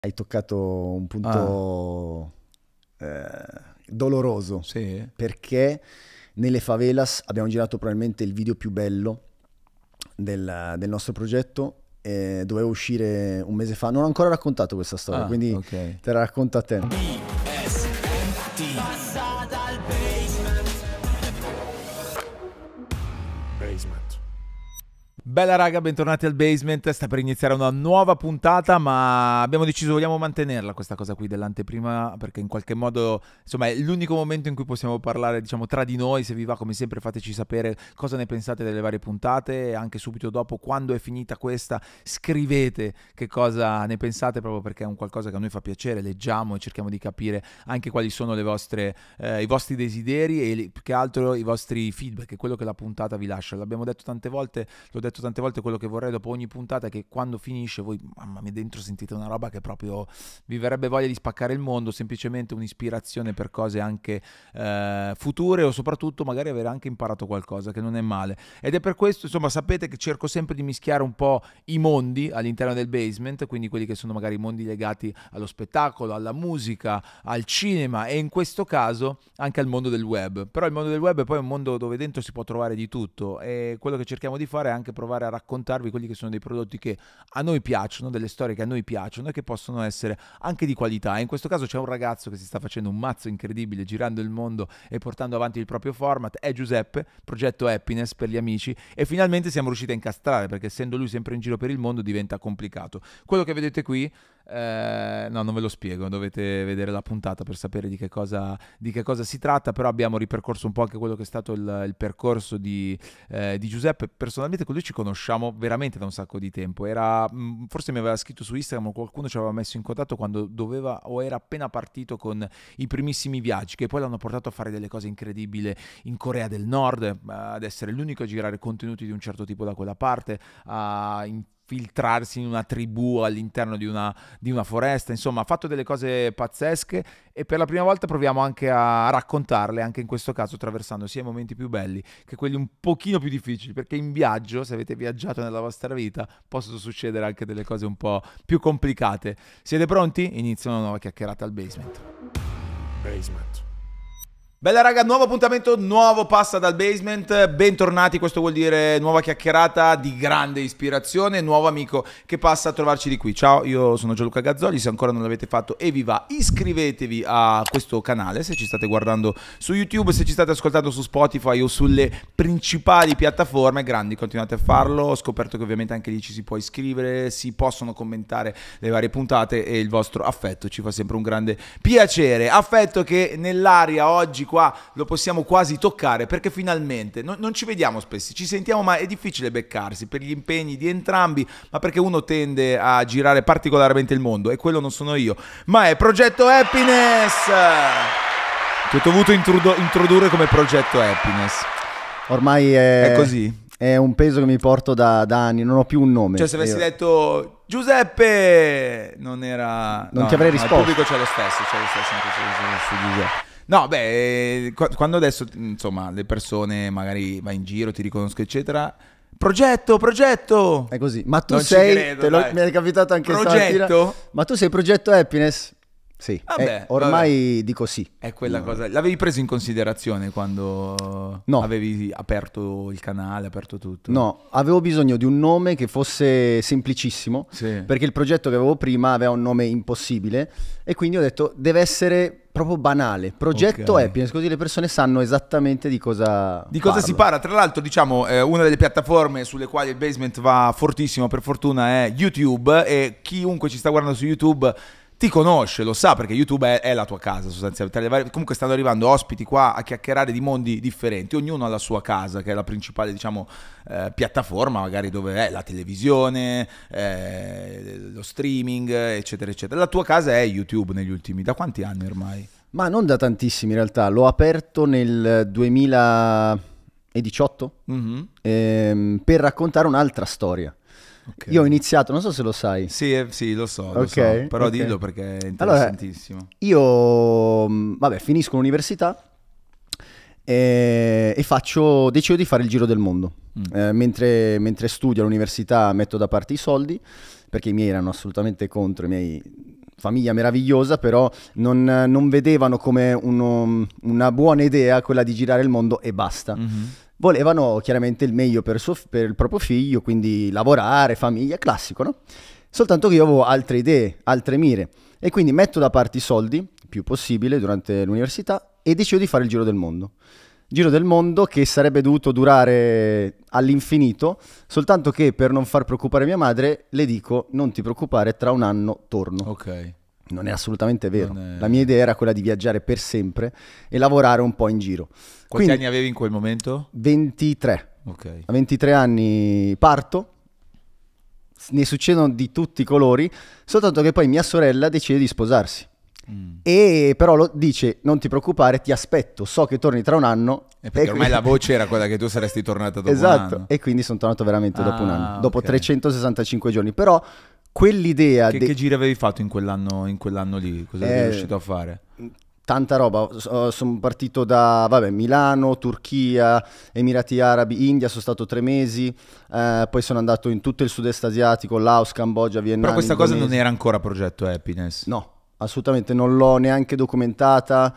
Hai toccato un punto doloroso, Sì? perché nelle favelas abbiamo girato probabilmente il video più bello del nostro progetto. Doveva uscire un mese fa. Non ho ancora raccontato questa storia, Ah, quindi ok. te la racconto a te. Passa dal basement. Bella raga, bentornati al Basement. Sta per iniziare una nuova puntata, ma abbiamo deciso, vogliamo mantenerla questa cosa qui dell'anteprima, perché in qualche modo, insomma, è l'unico momento in cui possiamo parlare, diciamo, tra di noi. Se vi va, come sempre, fateci sapere cosa ne pensate delle varie puntate, e anche subito dopo, quando è finita questa, scrivete che cosa ne pensate, proprio perché è un qualcosa che a noi fa piacere. Leggiamo e cerchiamo di capire anche quali sono le vostre, i vostri desideri e più che altro i vostri feedback, è quello che la puntata vi lascia. L'abbiamo detto tante volte, l'ho detto tante volte, quello che vorrei dopo ogni puntata è che quando finisce voi, mamma mia, dentro sentite una roba che proprio vi verrebbe voglia di spaccare il mondo, semplicemente un'ispirazione per cose anche future, o soprattutto magari avere anche imparato qualcosa, che non è male. Ed è per questo, insomma, sapete che cerco sempre di mischiare un po' i mondi all'interno del Basement, quindi quelli che sono magari i mondi legati allo spettacolo, alla musica, al cinema, e in questo caso anche al mondo del web. Però il mondo del web è poi un mondo dove dentro si può trovare di tutto, e quello che cerchiamo di fare è anche provare a raccontarvi quelli che sono dei prodotti che a noi piacciono, delle storie che a noi piacciono e che possono essere anche di qualità. E in questo caso c'è un ragazzo che si sta facendo un mazzo incredibile girando il mondo e portando avanti il proprio format, è Giuseppe, progetto Happiness per gli amici, e finalmente siamo riusciti a incastrare, perché essendo lui sempre in giro per il mondo diventa complicato. Quello che vedete qui, no, non ve lo spiego, dovete vedere la puntata per sapere di che cosa si tratta. Però abbiamo ripercorso un po' anche quello che è stato il percorso di Giuseppe. Personalmente con lui ci conosciamo veramente da un sacco di tempo. Forse mi aveva scritto su Instagram o qualcuno ci aveva messo in contatto quando doveva o era appena partito con i primissimi viaggi, che poi l'hanno portato a fare delle cose incredibili in Corea del Nord, ad essere l'unico a girare contenuti di un certo tipo da quella parte, a infiltrarsi in una tribù all'interno di una foresta. Insomma, ha fatto delle cose pazzesche, e per la prima volta proviamo anche a raccontarle, anche in questo caso attraversando sia i momenti più belli che quelli un pochino più difficili, perché in viaggio, se avete viaggiato nella vostra vita, possono succedere anche delle cose un po' più complicate. Siete pronti? Inizia una nuova chiacchierata al Basement. Bella raga, nuovo appuntamento, nuovo Passa dal Basement, bentornati. Questo vuol dire nuova chiacchierata di grande ispirazione, nuovo amico che passa a trovarci di qui. Ciao, io sono Gianluca Gazzoli, se ancora non l'avete fatto e vi va, iscrivetevi a questo canale se ci state guardando su YouTube, se ci state ascoltando su Spotify o sulle principali piattaforme, grandi, continuate a farlo. Ho scoperto che ovviamente anche lì ci si può iscrivere, si possono commentare le varie puntate, e il vostro affetto ci fa sempre un grande piacere. Affetto che nell'aria oggi qua lo possiamo quasi toccare, perché finalmente non ci vediamo spesso, ci sentiamo, ma è difficile beccarsi per gli impegni di entrambi, ma perché uno tende a girare particolarmente il mondo, e quello non sono io, ma è Progetto Happiness, che ho dovuto introdurre come Progetto Happiness. Ormai È così. è un peso che mi porto da anni, non ho più un nome. Cioè, se avessi detto Giuseppe, non era... Non ti avrei risposto. Il pubblico c'è lo stesso, anche su Giuseppe. No, beh, quando adesso, insomma, le persone magari vai in giro, ti riconoscono, eccetera, progetto! È così. Ma tu Non ci sei, credo, dai. mi è capitato anche stamattina. Progetto? Ma tu sei Progetto Happiness? Sì. Vabbè, Ormai dico sì. È quella cosa. L'avevi preso in considerazione quando No. avevi aperto il canale, aperto tutto? No, avevo bisogno di un nome che fosse semplicissimo, Sì. perché il progetto che avevo prima aveva un nome impossibile, e quindi ho detto deve essere proprio banale, Progetto Ok. Happiness, così le persone sanno esattamente di cosa Si parla? Tra l'altro, diciamo, una delle piattaforme sulle quali il Basement va fortissimo, per fortuna, è YouTube, e chiunque ci sta guardando su YouTube ti conosce, lo sa, perché YouTube è la tua casa sostanzialmente. Comunque stanno arrivando ospiti qua a chiacchierare di mondi differenti, ognuno ha la sua casa, che è la principale, diciamo, piattaforma magari dove è la televisione, lo streaming, eccetera eccetera. La tua casa è YouTube negli ultimi, da quanti anni ormai? Ma non da tantissimi in realtà, l'ho aperto nel 2018 per raccontare un'altra storia. Okay. Io ho iniziato, non so se lo sai. Sì, lo so, Ok, però ok. dillo perché è Allora, interessantissimo. io, vabbè, finisco l'università e decido di fare il giro del mondo. Mentre studio all'università metto da parte i soldi, perché i miei erano assolutamente contro, i miei famiglia meravigliosa, però non vedevano come una buona idea quella di girare il mondo e basta. Volevano chiaramente il meglio per il proprio figlio, quindi lavorare, famiglia, classico, no? Soltanto che io avevo altre idee, altre mire, e quindi metto da parte i soldi, il più possibile, durante l'università, e decido di fare il giro del mondo. Giro del mondo che sarebbe dovuto durare all'infinito, soltanto che per non far preoccupare mia madre le dico: non ti preoccupare, tra un anno torno. Ok. Non è assolutamente vero. Non è- La mia idea era quella di viaggiare per sempre e lavorare un po' in giro. Quanti Quindi anni avevi in quel momento? 23. Ok. A 23 anni parto, ne succedono di tutti i colori, soltanto che poi mia sorella decide di sposarsi. E però dice: non ti preoccupare, ti aspetto, so che torni tra un anno. E perché ormai quindi- la voce era quella che tu saresti tornata dopo un Esatto, anno. e quindi sono tornato veramente dopo un anno, dopo ok. 365 giorni. Però quell'idea Che giri avevi fatto in quell'anno lì? Cosa eri riuscito a fare? tanta roba. Sono partito da Milano, Turchia, Emirati Arabi, India, sono stato 3 mesi, poi sono andato in tutto il sudest asiatico, Laos, Cambogia, Vietnam. Però questa cosa non Indonesia. era ancora progetto Happiness. No, assolutamente non l'ho neanche documentata.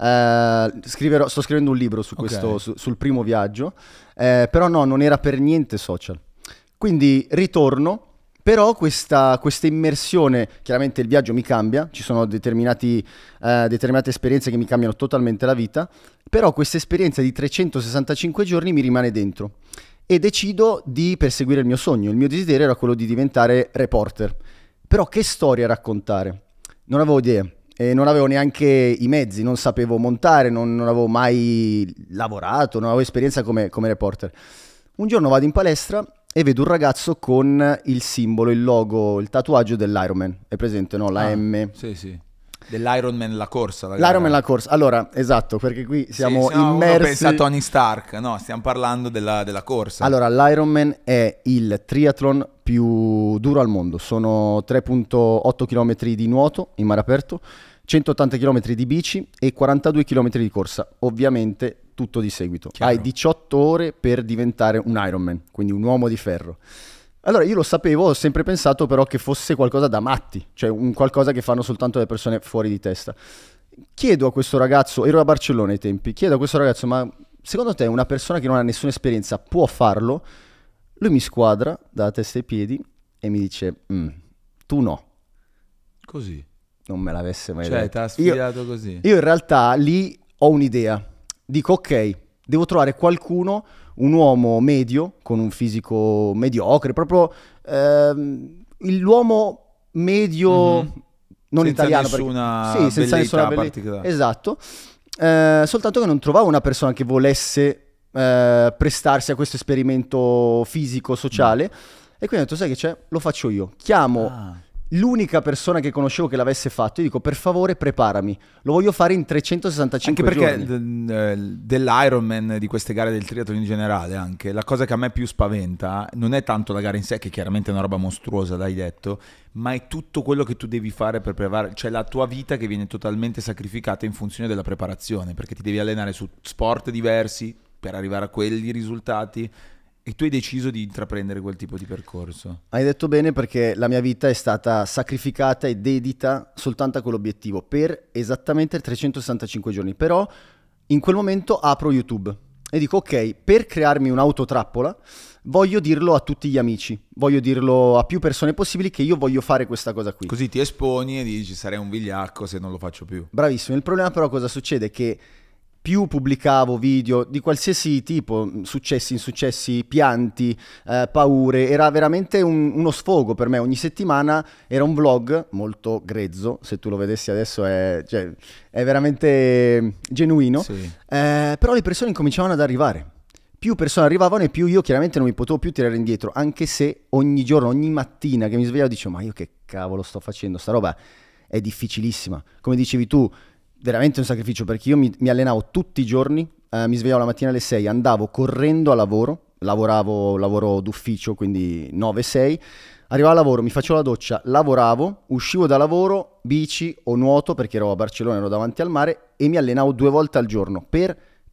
Sto scrivendo un libro su questo, Ok. sul primo viaggio, però no, non era per niente social. Quindi ritorno, però questa immersione, chiaramente il viaggio mi cambia, ci sono determinate esperienze che mi cambiano totalmente la vita, però questa esperienza di 365 giorni mi rimane dentro e decido di perseguire il mio sogno. Il mio desiderio era quello di diventare reporter. Però che storia raccontare? Non avevo idee e non avevo neanche i mezzi, non sapevo montare, non avevo mai lavorato, non avevo esperienza come reporter. Un giorno vado in palestra e vedo un ragazzo con il simbolo, il logo, il tatuaggio dell'Ironman. È presente, no? La M. Sì, sì. Dell'Ironman la corsa. L'Ironman la corsa. Allora, esatto, perché qui siamo Uno immersi. pensa a Tony Stark. No, stiamo parlando della corsa. Allora, l'Ironman è il triathlon più duro al mondo. Sono 3.8 km di nuoto in mare aperto, 180 km di bici e 42 km di corsa. Ovviamente tutto di seguito. Chiaro. Hai 18 ore per diventare un Ironman, quindi un uomo di ferro. Allora, io lo sapevo, ho sempre pensato però che fosse qualcosa da matti, cioè un qualcosa che fanno soltanto le persone fuori di testa. Chiedo a questo ragazzo, ero a Barcellona ai tempi, chiedo a questo ragazzo: ma secondo te una persona che non ha nessuna esperienza può farlo? Lui mi squadra da testa ai piedi e mi dice: tu no, Così. non me l'avesse mai Cioè, detto. ti ha sfidato così. Io in realtà lì ho un'idea, dico: ok, devo trovare qualcuno, un uomo medio, con un fisico mediocre, proprio l'uomo medio, non Senza italiano, nessuna sì, senza velleità nessuna particolare. esatto. Soltanto che non trovavo una persona che volesse prestarsi a questo esperimento fisico, sociale, e quindi ho detto: sai che c'è? Lo faccio io. Chiamo Ah. l'unica persona che conoscevo che l'avesse fatto e dico: per favore preparami, lo voglio fare in 365 Anche perché giorni. dell'Ironman, di queste gare del triathlon in generale, anche la cosa che a me più spaventa non è tanto la gara in sé, che chiaramente è una roba mostruosa, l'hai detto, ma è tutto quello che tu devi fare per preparare, cioè la tua vita che viene totalmente sacrificata in funzione della preparazione, perché ti devi allenare su sport diversi per arrivare a quegli risultati. E tu hai deciso di intraprendere quel tipo di percorso. Hai detto bene, perché la mia vita è stata sacrificata e dedita soltanto a quell'obiettivo per esattamente 365 giorni. Però in quel momento apro YouTube e dico: ok, per crearmi un'autotrappola voglio dirlo a tutti gli amici, voglio dirlo a più persone possibili che io voglio fare questa cosa qui. Così ti esponi e dici: sarei un vigliacco se non lo faccio più. Bravissimo. Il problema però cosa succede? Che più pubblicavo video di qualsiasi tipo, successi, insuccessi, pianti, paure, era veramente uno sfogo per me. Ogni settimana era un vlog molto grezzo, se tu lo vedessi adesso è veramente genuino. Sì. Però le persone incominciavano ad arrivare. Più persone arrivavano e più io chiaramente non mi potevo più tirare indietro, anche se ogni giorno, ogni mattina che mi svegliavo dicevo: ma io che cavolo sto facendo? Sta roba è difficilissima. Come dicevi tu, veramente un sacrificio, perché io mi allenavo tutti i giorni, mi svegliavo la mattina alle 6, andavo correndo a lavoro, lavoro d'ufficio, quindi 9-6, arrivavo al lavoro, mi facevo la doccia, lavoravo, uscivo da lavoro, bici o nuoto, perché ero a Barcellona, ero davanti al mare, e mi allenavo 2 volte al giorno per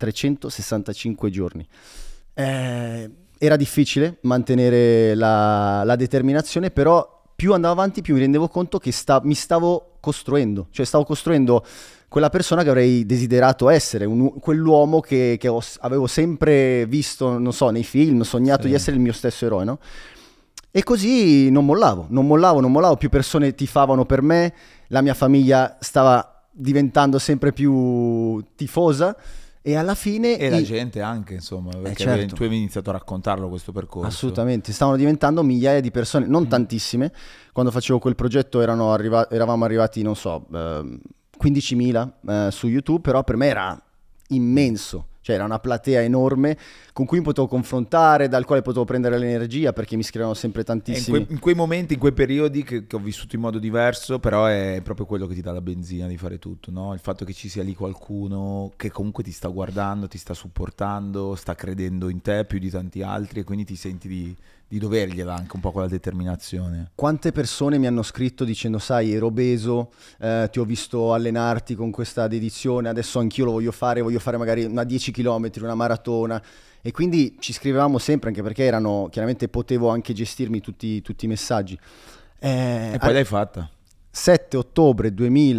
365 giorni. Era difficile mantenere la determinazione, però più andavo avanti, più mi rendevo conto che mi stavo costruendo, cioè stavo costruendo quella persona che avrei desiderato essere, quell'uomo che avevo sempre visto, non so, nei film, sognato di essere il mio stesso eroe, no? E così non mollavo, più persone tifavano per me, la mia famiglia stava diventando sempre più tifosa e alla fine... E la gente anche, insomma, perché certo. tu avevi iniziato a raccontarlo questo percorso. Assolutamente, stavano diventando migliaia di persone, non tantissime. Quando facevo quel progetto eravamo arrivati, non so, 15.000 su YouTube, però per me era immenso. Cioè era una platea enorme con cui mi potevo confrontare, dal quale potevo prendere l'energia, perché mi scrivevano sempre tantissimi. In quei momenti, in quei periodi che ho vissuto in modo diverso, però è proprio quello che ti dà la benzina di fare tutto, no? Il fatto che ci sia lì qualcuno che comunque ti sta guardando, ti sta supportando, sta credendo in te più di tanti altri e quindi ti senti di dovergliela anche un po' quella determinazione. Quante persone mi hanno scritto dicendo, sai, ero obeso, ti ho visto allenarti con questa dedizione, adesso anch'io lo voglio fare magari una 10 km, una maratona. E quindi ci scrivevamo sempre, anche perché chiaramente potevo anche gestirmi tutti i messaggi. E poi l'hai fatta. 7 ottobre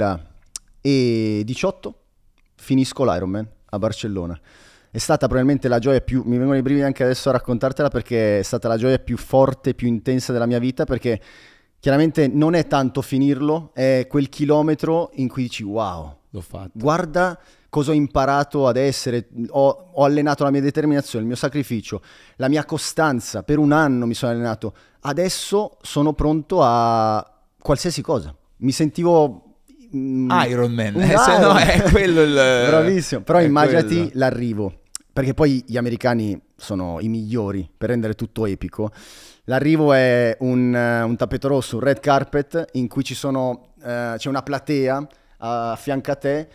2018 finisco l'Ironman a Barcellona. È stata probabilmente la gioia più, mi vengono i brividi anche adesso a raccontartela, perché è stata la gioia più forte, più intensa della mia vita, perché chiaramente non è tanto finirlo, è quel chilometro in cui dici wow, L'ho fatto. guarda cosa ho imparato ad essere, ho allenato la mia determinazione, il mio sacrificio, la mia costanza, per un anno mi sono allenato, adesso sono pronto a qualsiasi cosa, mi sentivo... Iron Man, un se no Iron è Man. quello il... Bravissimo, però è immaginati quello. l'arrivo, perché poi gli americani sono i migliori per rendere tutto epico. L'arrivo è un tappeto rosso, un red carpet, in cui c'è una platea a fianco a te,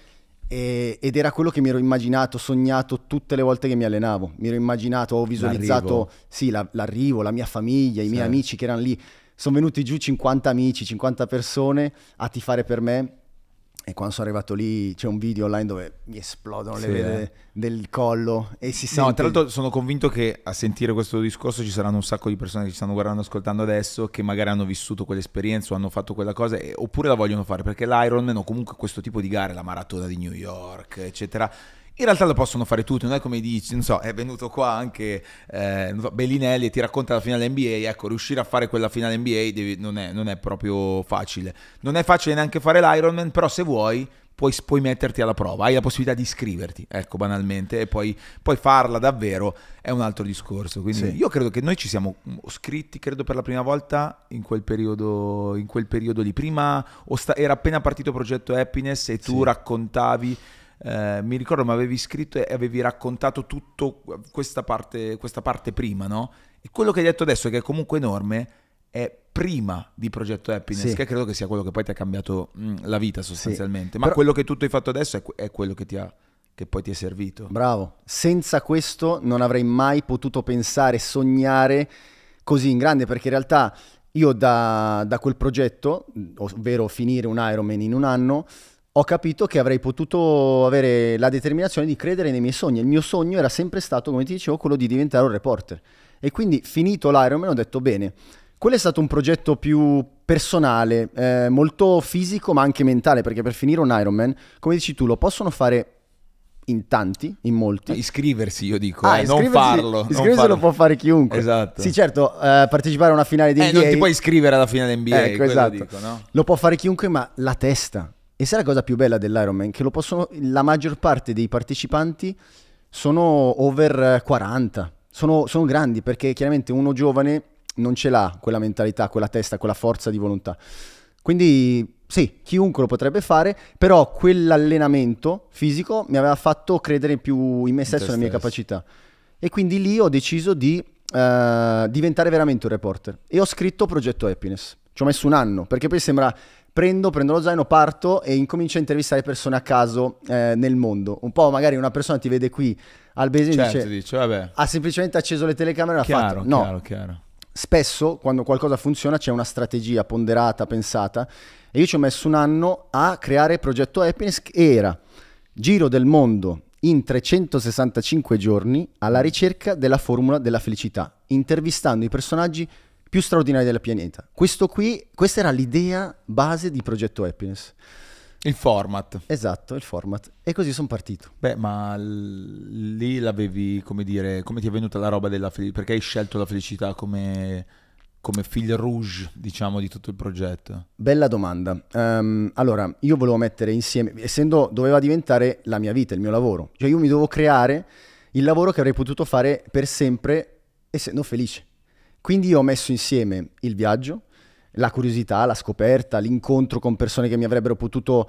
ed era quello che mi ero immaginato, sognato tutte le volte che mi allenavo. Mi ero immaginato, ho visualizzato l'arrivo, la mia famiglia, i miei amici che erano lì. Sono venuti giù 50 amici, 50 persone a tifare per me. E quando sono arrivato lì c'è un video online dove mi esplodono le vene del collo e si sente... No, tra l'altro sono convinto che a sentire questo discorso ci saranno un sacco di persone che ci stanno guardando, ascoltando adesso, che magari hanno vissuto quell'esperienza o hanno fatto quella cosa oppure la vogliono fare, perché l'Ironman o comunque questo tipo di gare, la maratona di New York, eccetera, in realtà lo possono fare tutti, non è come dici, non so, è venuto qua anche Bellinelli e ti racconta la finale NBA, ecco, riuscire a fare quella finale NBA non è proprio facile. Non è facile neanche fare l'Ironman, però se vuoi puoi metterti alla prova, hai la possibilità di iscriverti, ecco, banalmente, e poi farla davvero è un altro discorso. Quindi io credo che noi ci siamo iscritti, credo per la prima volta in quel periodo lì. Prima era appena partito Progetto Happiness e tu raccontavi... mi ricordo, mi avevi scritto e avevi raccontato tutto questa parte prima, no? E quello che hai detto adesso, che è comunque enorme, è prima di Progetto Happiness, che credo che sia quello che poi ti ha cambiato la vita sostanzialmente. Ma quello che tu hai fatto adesso è quello che poi ti è servito. Bravo. Senza questo non avrei mai potuto pensare, sognare così in grande, perché in realtà io da quel progetto, ovvero finire un Ironman in un anno, ho capito che avrei potuto avere la determinazione di credere nei miei sogni. Il mio sogno era sempre stato, come ti dicevo, quello di diventare un reporter. E quindi, finito l'Ironman, ho detto, bene, quello è stato un progetto più personale, molto fisico, ma anche mentale, perché per finire un Ironman, come dici tu, lo possono fare in tanti, in molti. Iscriversi, io dico, non farlo. Iscriversi lo può fare chiunque. Esatto. Sì, certo, partecipare a una finale di NBA... non ti puoi iscrivere alla finale NBA, ecco, esatto. Dico, no? Lo può fare chiunque, ma la testa... E sai la cosa più bella dell'Ironman? Che la maggior parte dei partecipanti sono over 40, sono grandi, perché chiaramente uno giovane non ce l'ha quella mentalità, quella testa, quella forza di volontà. Quindi sì, chiunque lo potrebbe fare, però quell'allenamento fisico mi aveva fatto credere più in me stesso e nelle mie capacità. E quindi lì ho deciso di diventare veramente un reporter. E ho scritto Progetto Happiness. Ci ho messo un anno, perché poi sembra... Prendo lo zaino, parto e incomincio a intervistare persone a caso nel mondo. Un po' magari una persona ti vede qui al Basing e dice vabbè. Ha semplicemente acceso le telecamere e ha fatto. No, chiaro. Spesso quando qualcosa funziona c'è una strategia ponderata, pensata, e io ci ho messo un anno a creare Progetto Happiness, che era giro del mondo in 365 giorni alla ricerca della formula della felicità, intervistando i personaggi più straordinari del pianeta. Questa era l'idea base di Progetto Happiness. Il format. Esatto, il format. E così sono partito. Beh, ma lì l'avevi, come dire, come ti è venuta la roba della felicità? Perché hai scelto la felicità come fil rouge, diciamo, di tutto il progetto? Bella domanda. Allora, io volevo mettere insieme, doveva diventare la mia vita, il mio lavoro. Cioè io mi dovevo creare il lavoro che avrei potuto fare per sempre essendo felice. Quindi io ho messo insieme il viaggio, la curiosità, la scoperta, l'incontro con persone che mi avrebbero potuto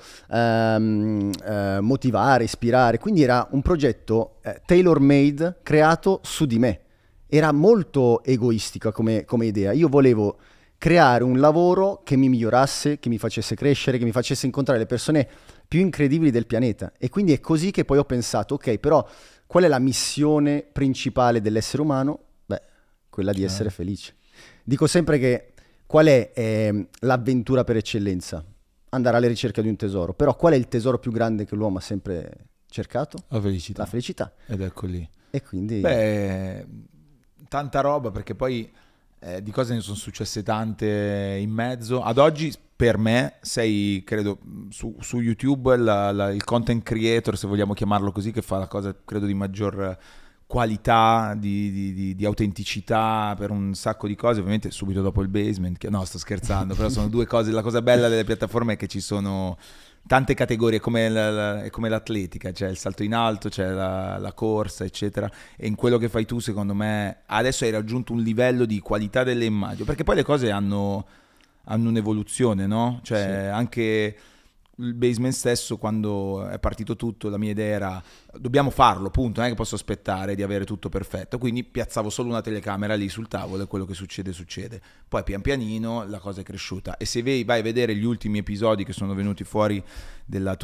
motivare, ispirare. Quindi era un progetto tailor-made, creato su di me. Era molto egoistica come idea. Io volevo creare un lavoro che mi migliorasse, che mi facesse crescere, che mi facesse incontrare le persone più incredibili del pianeta. E quindi è così che poi ho pensato, ok, però qual è la missione principale dell'essere umano? Beh, quella di essere felice. Dico sempre che qual è l'avventura per eccellenza? Andare alla ricerca di un tesoro. Però qual è il tesoro più grande che l'uomo ha sempre cercato? La felicità. La felicità. Ed ecco lì. E quindi... Beh, tanta roba, perché poi di cose ne sono successe tante in mezzo. Ad oggi, per me, sei, credo, su YouTube il content creator, se vogliamo chiamarlo così, che fa la cosa, credo, di maggior qualità, di autenticità per un sacco di cose, ovviamente subito dopo il basement, no, sto scherzando, però sono due cose. La cosa bella delle piattaforme è che ci sono tante categorie, come l'atletica, c'è il salto in alto, c'è la corsa, eccetera, e in quello che fai tu, secondo me, adesso hai raggiunto un livello di qualità delle immagini, perché poi le cose hanno un'evoluzione, no? Cioè Sì. anche il basement stesso, quando è partito tutto, la mia idea era dobbiamo farlo, punto, non è che posso aspettare di avere tutto perfetto, quindi piazzavo solo una telecamera lì sul tavolo e quello che succede. Poi pian pianino la cosa è cresciuta, e se vai a vedere gli ultimi episodi che sono venuti fuori del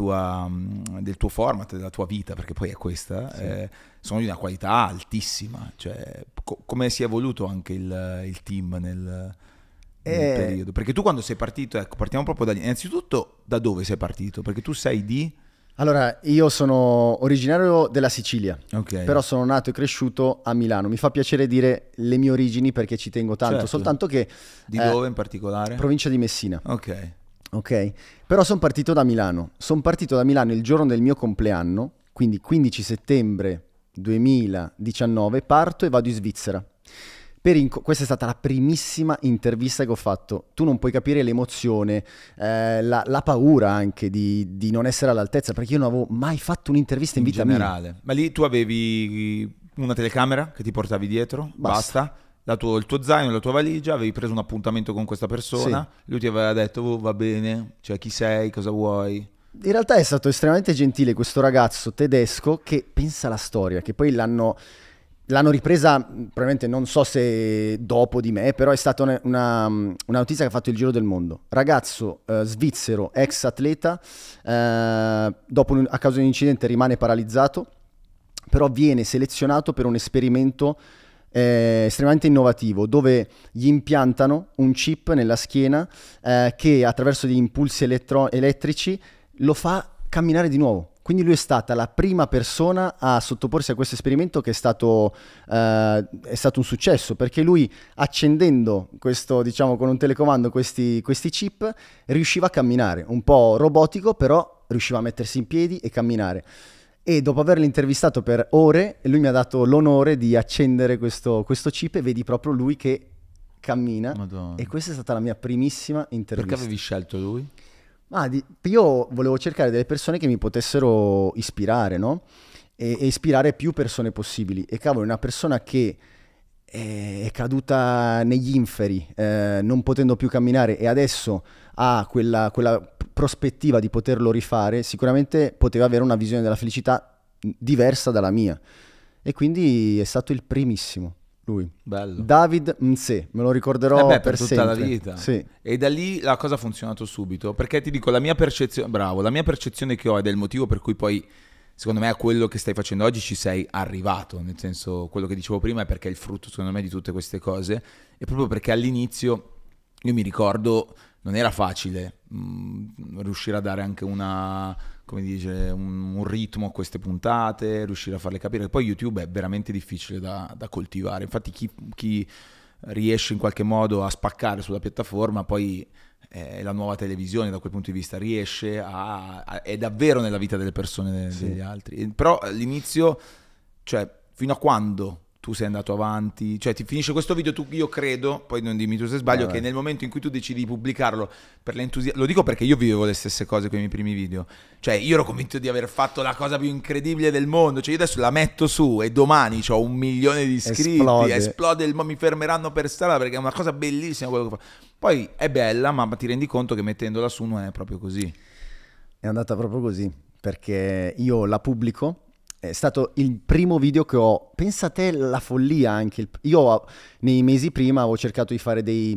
tuo format, della tua vita, perché poi è questa, sì, sono di una qualità altissima. Cioè, come si è evoluto anche il team nel periodo? Perché tu, quando sei partito, ecco, partiamo proprio da lì. Innanzitutto, da dove sei partito? Perché tu sei di... Allora, io sono originario della Sicilia, Okay. però sono nato e cresciuto a Milano. Mi fa piacere dire le mie origini perché ci tengo tanto, Certo. soltanto che... Di dove in particolare? Provincia di Messina. Ok. Ok? Però sono partito da Milano. Sono partito da Milano il giorno del mio compleanno, quindi 15 settembre 2019, parto e vado in Svizzera. Questa è stata la primissima intervista che ho fatto. Tu non puoi capire l'emozione, la paura anche di non essere all'altezza, perché io non avevo mai fatto un'intervista in vita generale. Ma lì tu avevi una telecamera che ti portavi dietro? Basta. Il tuo zaino, la tua valigia, avevi preso un appuntamento con questa persona, sì. Lui ti aveva detto, oh, va bene, cioè chi sei, cosa vuoi? In realtà è stato estremamente gentile questo ragazzo tedesco che pensa alla storia, che poi l'hanno ripresa, probabilmente non so se dopo di me, però è stata una notizia che ha fatto il giro del mondo. Ragazzo svizzero, ex atleta, a causa di un incidente rimane paralizzato, però viene selezionato per un esperimento estremamente innovativo, dove gli impiantano un chip nella schiena che attraverso degli impulsi elettrici lo fa camminare di nuovo. Quindi lui è stata la prima persona a sottoporsi a questo esperimento, che è stato un successo, perché lui, accendendo questo, diciamo, con un telecomando questi chip, riusciva a camminare, un po' robotico, però riusciva a mettersi in piedi e camminare. E dopo averlo intervistato per ore, lui mi ha dato l'onore di accendere questo chip, e vedi proprio lui che cammina. Madonna. E questa è stata la mia primissima intervista. Perché avevi scelto lui? Io volevo cercare delle persone che mi potessero ispirare, no? E ispirare più persone possibili. E cavolo, una persona che è caduta negli inferi, non potendo più camminare, e adesso ha quella prospettiva di poterlo rifare, sicuramente poteva avere una visione della felicità diversa dalla mia. E quindi è stato il primissimo, lui. Bello. David Mse, me lo ricorderò per tutta sempre. la vita. Sì. E da lì la cosa ha funzionato subito, perché ti dico, la mia percezione che ho, ed è il motivo per cui poi, secondo me, a quello che stai facendo oggi ci sei arrivato, nel senso, quello che dicevo prima è perché è il frutto, secondo me, di tutte queste cose, e proprio perché all'inizio, io mi ricordo, non era facile riuscire a dare anche un ritmo a queste puntate, riuscire a farle capire. Poi YouTube è veramente difficile da coltivare. Infatti chi riesce in qualche modo a spaccare sulla piattaforma, poi la nuova televisione da quel punto di vista riesce è davvero nella vita delle persone, degli altri. Però all'inizio, cioè fino a quando tu sei andato avanti, cioè ti finisce questo video, io credo, poi non dimmi tu se sbaglio, che nel momento in cui tu decidi di pubblicarlo per l'entusiasmo, lo dico perché io vivevo le stesse cose con i miei primi video, cioè io ero convinto di aver fatto la cosa più incredibile del mondo, cioè io adesso la metto su e domani ho 1 milione di iscritti, esplode mi fermeranno per strada perché è una cosa bellissima quello che fa. Poi è bella, ma ti rendi conto che mettendola su non è proprio così. È andata proprio così, perché io la pubblico. È stato il primo video che ho, pensa a te la follia anche, io nei mesi prima avevo cercato di fare dei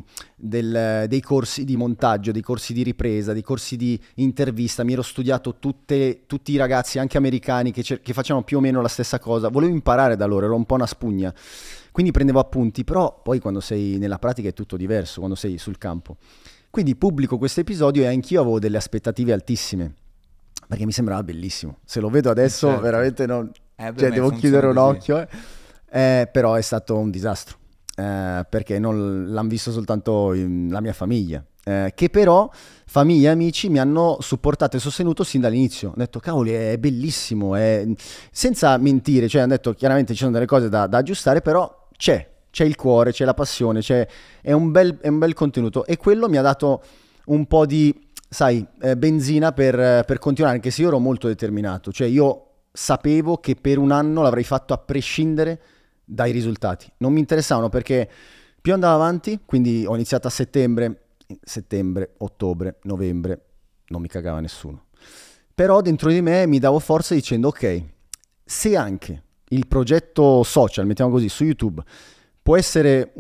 corsi di montaggio, dei corsi di ripresa, dei corsi di intervista, mi ero studiato tutti i ragazzi anche americani che facevano più o meno la stessa cosa, volevo imparare da loro, ero un po' una spugna, quindi prendevo appunti, però poi quando sei nella pratica è tutto diverso, quando sei sul campo. Quindi pubblico questo episodio e anch'io avevo delle aspettative altissime, perché mi sembrava bellissimo. Se lo vedo adesso veramente non... cioè devo chiudere un occhio. Però è stato un disastro, perché non l'hanno visto soltanto la mia famiglia, che però famiglia e amici mi hanno supportato e sostenuto sin dall'inizio. Ho detto, cavoli, è bellissimo, senza mentire, cioè hanno detto, chiaramente ci sono delle cose da aggiustare, però c'è il cuore, c'è la passione, è un bel contenuto, e quello mi ha dato un po' di... sai, benzina per continuare, anche se io ero molto determinato, cioè io sapevo che per 1 anno l'avrei fatto a prescindere dai risultati, non mi interessavano, perché più andavo avanti, quindi ho iniziato a settembre, ottobre, novembre, non mi cagava nessuno, però dentro di me mi davo forza dicendo, ok, se anche il progetto social, mettiamo così, su YouTube, può essere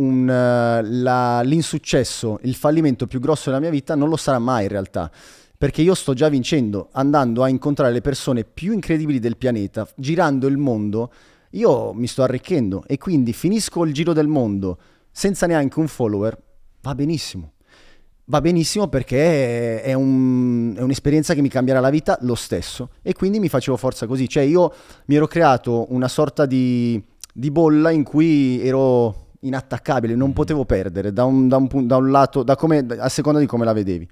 l'insuccesso, il fallimento più grosso della mia vita, non lo sarà mai in realtà, perché io sto già vincendo, andando a incontrare le persone più incredibili del pianeta, girando il mondo, io mi sto arricchendo, e quindi finisco il giro del mondo senza neanche un follower, va benissimo. Va benissimo, perché è un'esperienza che mi cambierà la vita lo stesso, e quindi mi facevo forza così, cioè io mi ero creato una sorta di bolla in cui ero inattaccabile, non potevo perdere da un lato, a seconda di come la vedevi,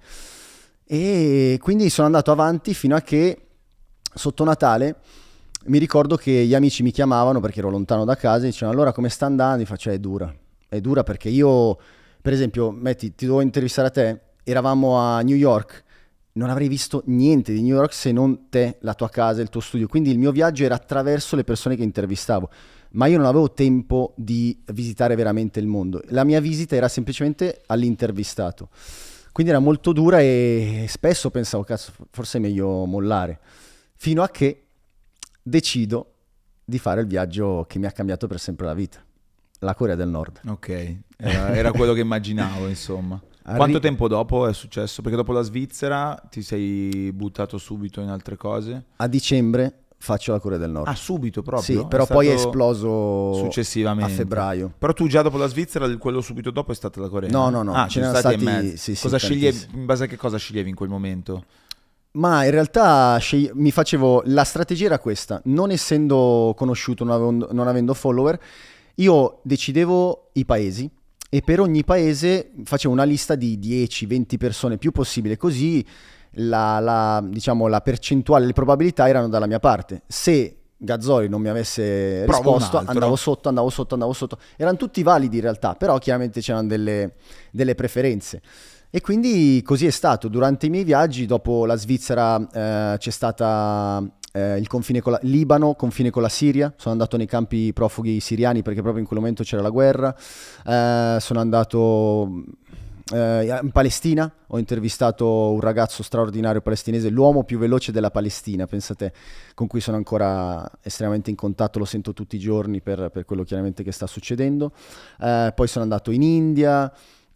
e quindi sono andato avanti fino a che sotto Natale mi ricordo che gli amici mi chiamavano perché ero lontano da casa e dicevano, allora come sta andando? Io faccio, è dura perché io, per esempio, ti devo intervistare a te, eravamo a New York, non avrei visto niente di New York se non te, la tua casa, il tuo studio, quindi il mio viaggio era attraverso le persone che intervistavo, ma io non avevo tempo di visitare veramente il mondo, la mia visita era semplicemente all'intervistato, quindi era molto dura e spesso pensavo, cazzo, forse è meglio mollare, fino a che decido di fare il viaggio che mi ha cambiato per sempre la vita, la Corea del Nord. Ok, era quello che immaginavo, insomma. Quanto tempo dopo è successo? Perché dopo la Svizzera ti sei buttato subito in altre cose? A dicembre faccio la Corea del Nord. Ah, subito proprio? Sì, però poi è esploso successivamente. A febbraio. Però tu già dopo la Svizzera, quello subito dopo è stata la Corea? No. Ah, ce sono n'erano stati stati... in mezzo. Sì, cosa sceglievi? In base a che cosa sceglievi in quel momento? Ma in realtà mi facevo... La strategia era questa. Non essendo conosciuto, non avendo follower, io decidevo i paesi e per ogni paese facevo una lista di 10-20 persone più possibile, così diciamo, la percentuale, le probabilità erano dalla mia parte. Se Gazzoli non mi avesse risposto, andavo sotto. Erano tutti validi in realtà, però chiaramente c'erano delle preferenze. E quindi così è stato. Durante i miei viaggi, dopo la Svizzera, c'è stata il confine con Libano, confine con la Siria. Sono andato nei campi profughi siriani perché proprio in quel momento c'era la guerra. Sono andato in Palestina, ho intervistato un ragazzo straordinario palestinese, l'uomo più veloce della Palestina, pensate, con cui sono ancora estremamente in contatto, lo sento tutti i giorni per quello chiaramente che sta succedendo. Poi sono andato in India,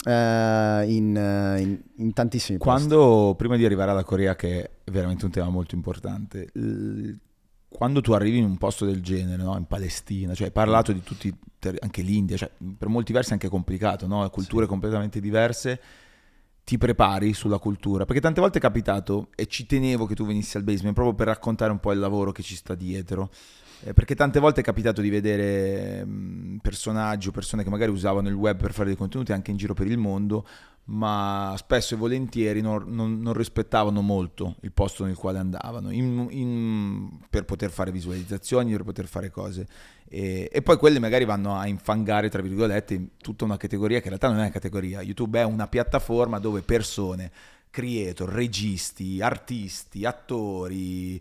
in tantissimi posti. Prima di arrivare alla Corea, che è veramente un tema molto importante, quando tu arrivi in un posto del genere, no? In Palestina, cioè hai parlato di tutti, anche l'India, cioè per molti versi è anche complicato, no? Culture completamente diverse, ti prepari sulla cultura, perché tante volte è capitato, e ci tenevo che tu venissi al Basement proprio per raccontare un po' il lavoro che ci sta dietro. Perché tante volte è capitato di vedere personaggi o persone che magari usavano il web per fare dei contenuti anche in giro per il mondo, ma spesso e volentieri non rispettavano molto il posto nel quale andavano per poter fare visualizzazioni, per poter fare cose. E poi quelle magari vanno a infangare, tra virgolette, tutta una categoria che in realtà non è una categoria. YouTube è una piattaforma dove persone, creator, registi, artisti, attori,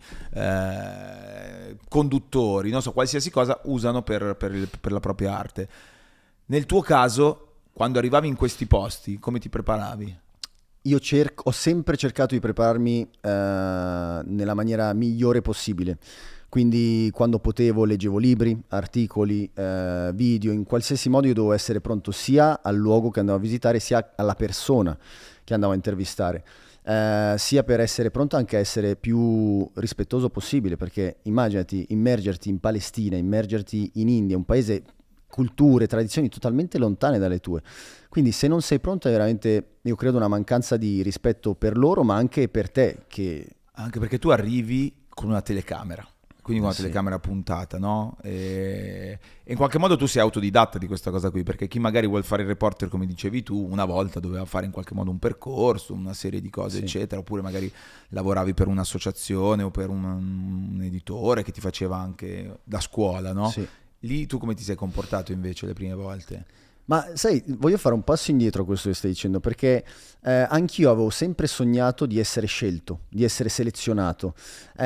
conduttori, non so, qualsiasi cosa usano per la propria arte. Nel tuo caso, quando arrivavi in questi posti, come ti preparavi? Io ho sempre cercato di prepararmi nella maniera migliore possibile. Quindi quando potevo leggevo libri, articoli, video, in qualsiasi modo io dovevo essere pronto sia al luogo che andavo a visitare, sia alla persona che andavo a intervistare, sia per essere pronto anche a essere più rispettoso possibile, perché immaginati immergerti in Palestina, immergerti in India, un paese, culture, tradizioni totalmente lontane dalle tue. Quindi se non sei pronto è veramente, io credo, una mancanza di rispetto per loro, ma anche per te. Anche perché tu arrivi con una telecamera. Quindi con una Sì. telecamera puntata, no? E in qualche modo tu sei autodidatta di questa cosa qui, perché chi magari vuol fare il reporter, come dicevi tu, una volta doveva fare in qualche modo un percorso, una serie di cose, Sì. eccetera, oppure magari lavoravi per un'associazione o per un editore che ti faceva anche da scuola, no? Sì. Lì tu come ti sei comportato invece le prime volte? Ma sai, voglio fare un passo indietro a questo che stai dicendo, perché anch'io avevo sempre sognato di essere scelto, di essere selezionato,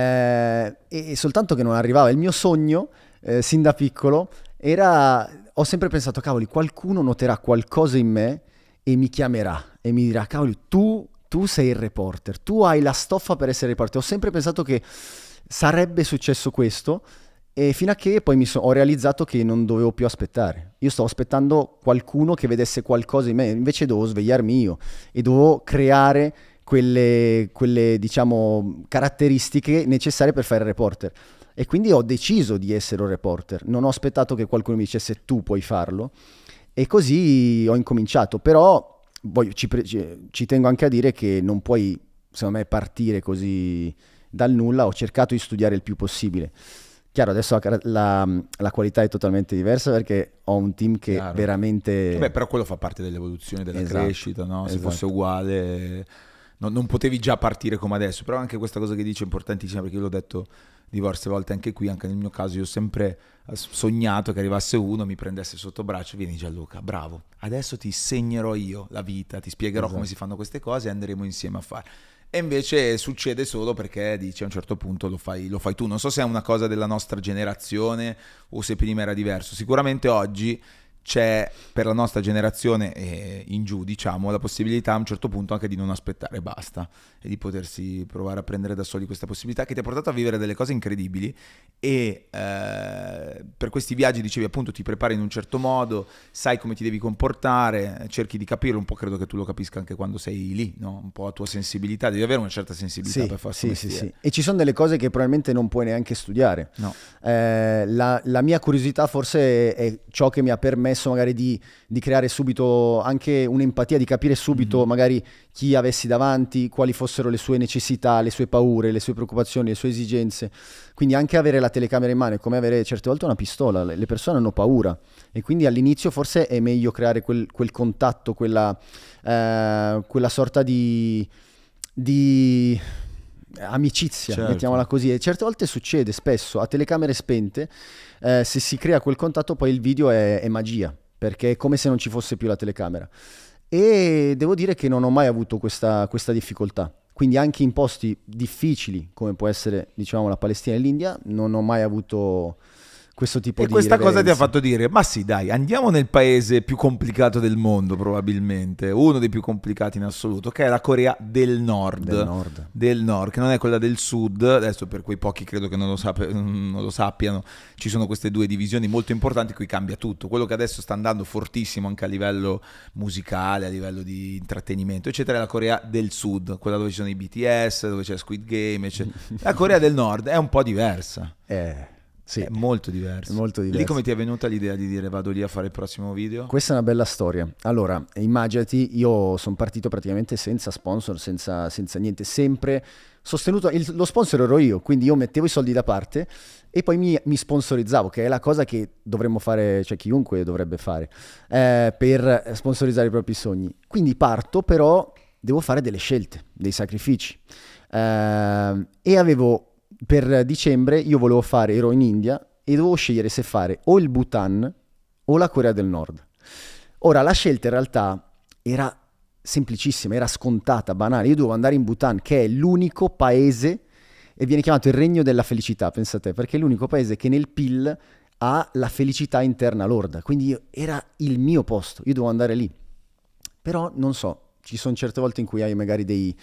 e soltanto che non arrivava. Il mio sogno, sin da piccolo, ho sempre pensato, cavoli, qualcuno noterà qualcosa in me e mi chiamerà e mi dirà, cavoli, tu sei il reporter, tu hai la stoffa per essere reporter. Ho sempre pensato che sarebbe successo questo. E fino a che poi ho realizzato che non dovevo più aspettare. Io stavo aspettando qualcuno che vedesse qualcosa in me, invece dovevo svegliarmi io e dovevo creare quelle diciamo caratteristiche necessarie per fare il reporter. E quindi ho deciso di essere un reporter. Non ho aspettato che qualcuno mi dicesse tu puoi farlo. E così ho incominciato. Però ci tengo anche a dire che non puoi, secondo me, partire così dal nulla. Ho cercato di studiare il più possibile. Chiaro, adesso la qualità è totalmente diversa perché ho un team che Chiaro. veramente... Beh, però quello fa parte dell'evoluzione, della Esatto, crescita, no? Se esatto. fosse uguale non potevi già partire come adesso. Però anche questa cosa che dice è importantissima, perché io l'ho detto diverse volte anche qui, anche nel mio caso. Io ho sempre sognato che arrivasse uno, mi prendesse sotto braccio: vieni Gianluca, bravo, adesso ti insegnerò io la vita, ti spiegherò Esatto. come si fanno queste cose e andremo insieme a fare. E invece succede solo perché dici a un certo punto lo fai tu. Non so se è una cosa della nostra generazione o se prima era diverso. Sicuramente oggi c'è per la nostra generazione e in giù, diciamo, la possibilità a un certo punto anche di non aspettare e basta, e di potersi provare a prendere da soli questa possibilità che ti ha portato a vivere delle cose incredibili. E per questi viaggi, dicevi appunto, ti prepari in un certo modo, sai come ti devi comportare, cerchi di capirlo un po'. Credo che tu lo capisca anche quando sei lì, no? Un po' a tua sensibilità, devi avere una certa sensibilità per fare questo sì, mestiere. sì. E ci sono delle cose che probabilmente non puoi neanche studiare. No. La mia curiosità forse è ciò che mi ha permesso magari di creare subito anche un'empatia, di capire subito magari chi avessi davanti, quali fossero le sue necessità, le sue paure, le sue preoccupazioni, le sue esigenze. Quindi anche avere la telecamera in mano è come avere certe volte una pistola. Le persone hanno paura e quindi all'inizio forse è meglio creare quel contatto, quella sorta di amicizia, Certo. mettiamola così. E certe volte succede, spesso, a telecamere spente, se si crea quel contatto, poi il video è magia, perché è come se non ci fosse più la telecamera. E devo dire che non ho mai avuto questa difficoltà. Quindi anche in posti difficili, come può essere, diciamo, la Palestina e l'India, non ho mai avuto questo tipo E di questa cosa ti ha reverenza. fatto dire: ma sì, dai, andiamo nel paese più complicato del mondo, probabilmente uno dei più complicati in assoluto, che è la Corea del Nord. Del Nord, che non è quella del Sud. Adesso, per quei pochi credo che non lo sappiano, ci sono queste due divisioni molto importanti, qui cambia tutto. Quello che adesso sta andando fortissimo anche a livello musicale, a livello di intrattenimento, eccetera, è la Corea del Sud, quella dove ci sono i BTS, dove c'è Squid Game, eccetera. La Corea del Nord è un po' diversa. Sì, È molto diverso. è molto diverso. Lì come ti è venuta l'idea di dire vado lì a fare il prossimo video? Questa è una bella storia. Allora, immaginati, io sono partito praticamente senza sponsor, senza niente, sempre sostenuto, lo sponsor ero io, quindi io mettevo i soldi da parte e poi mi sponsorizzavo, che è la cosa che dovremmo fare, cioè chiunque dovrebbe fare, per sponsorizzare i propri sogni. Quindi parto, però devo fare delle scelte, dei sacrifici. E avevo, per dicembre, ero in India e dovevo scegliere se fare o il Bhutan o la Corea del Nord. Ora, la scelta in realtà era semplicissima, era scontata, banale. Io dovevo andare in Bhutan, che è l'unico paese, e viene chiamato il regno della felicità, pensa te, perché è l'unico paese che nel PIL ha la felicità interna lorda. Quindi era il mio posto, io dovevo andare lì. Però, non so, ci sono certe volte in cui hai magari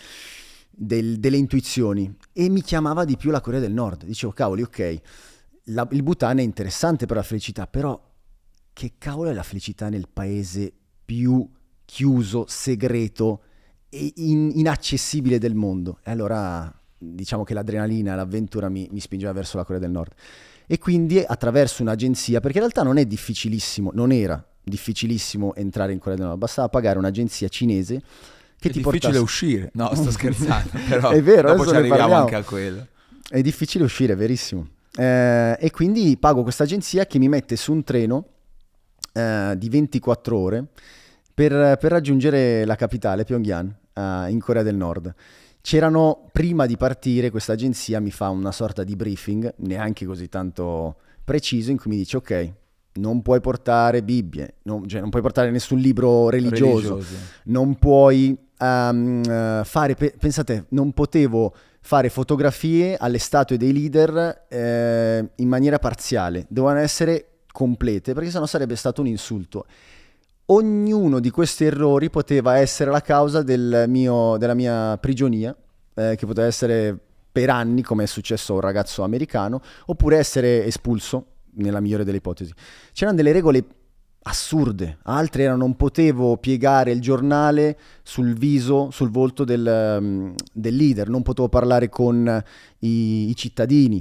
delle intuizioni, e mi chiamava di più la Corea del Nord. Dicevo, cavoli, ok, il Bhutan è interessante per la felicità, però che cavolo è la felicità nel paese più chiuso, segreto e inaccessibile del mondo? E allora diciamo che l'adrenalina, l'avventura mi spingeva verso la Corea del Nord. E quindi attraverso un'agenzia, perché in realtà non era difficilissimo entrare in Corea del Nord, bastava pagare un'agenzia cinese che È ti difficile portasse... uscire. No, sto scherzando, però È vero, dopo adesso ci ne arriviamo parliamo. anche a quello. È difficile uscire, è verissimo. E quindi pago questa agenzia che mi mette su un treno di 24 ore per raggiungere la capitale, Pyongyang, in Corea del Nord. Prima di partire, questa agenzia mi fa una sorta di briefing, neanche così tanto preciso, in cui mi dice, ok, non puoi portare Bibbie, cioè non puoi portare nessun libro religioso. Non puoi fare, pensate, non potevo fare fotografie alle statue dei leader in maniera parziale, dovevano essere complete, perché sennò sarebbe stato un insulto. Ognuno di questi errori poteva essere la causa della mia prigionia, che poteva essere per anni, come è successo a un ragazzo americano, oppure essere espulso, nella migliore delle ipotesi. C'erano delle regole assurde, altre erano non potevo piegare il giornale sul viso, sul volto del leader, non potevo parlare con i cittadini.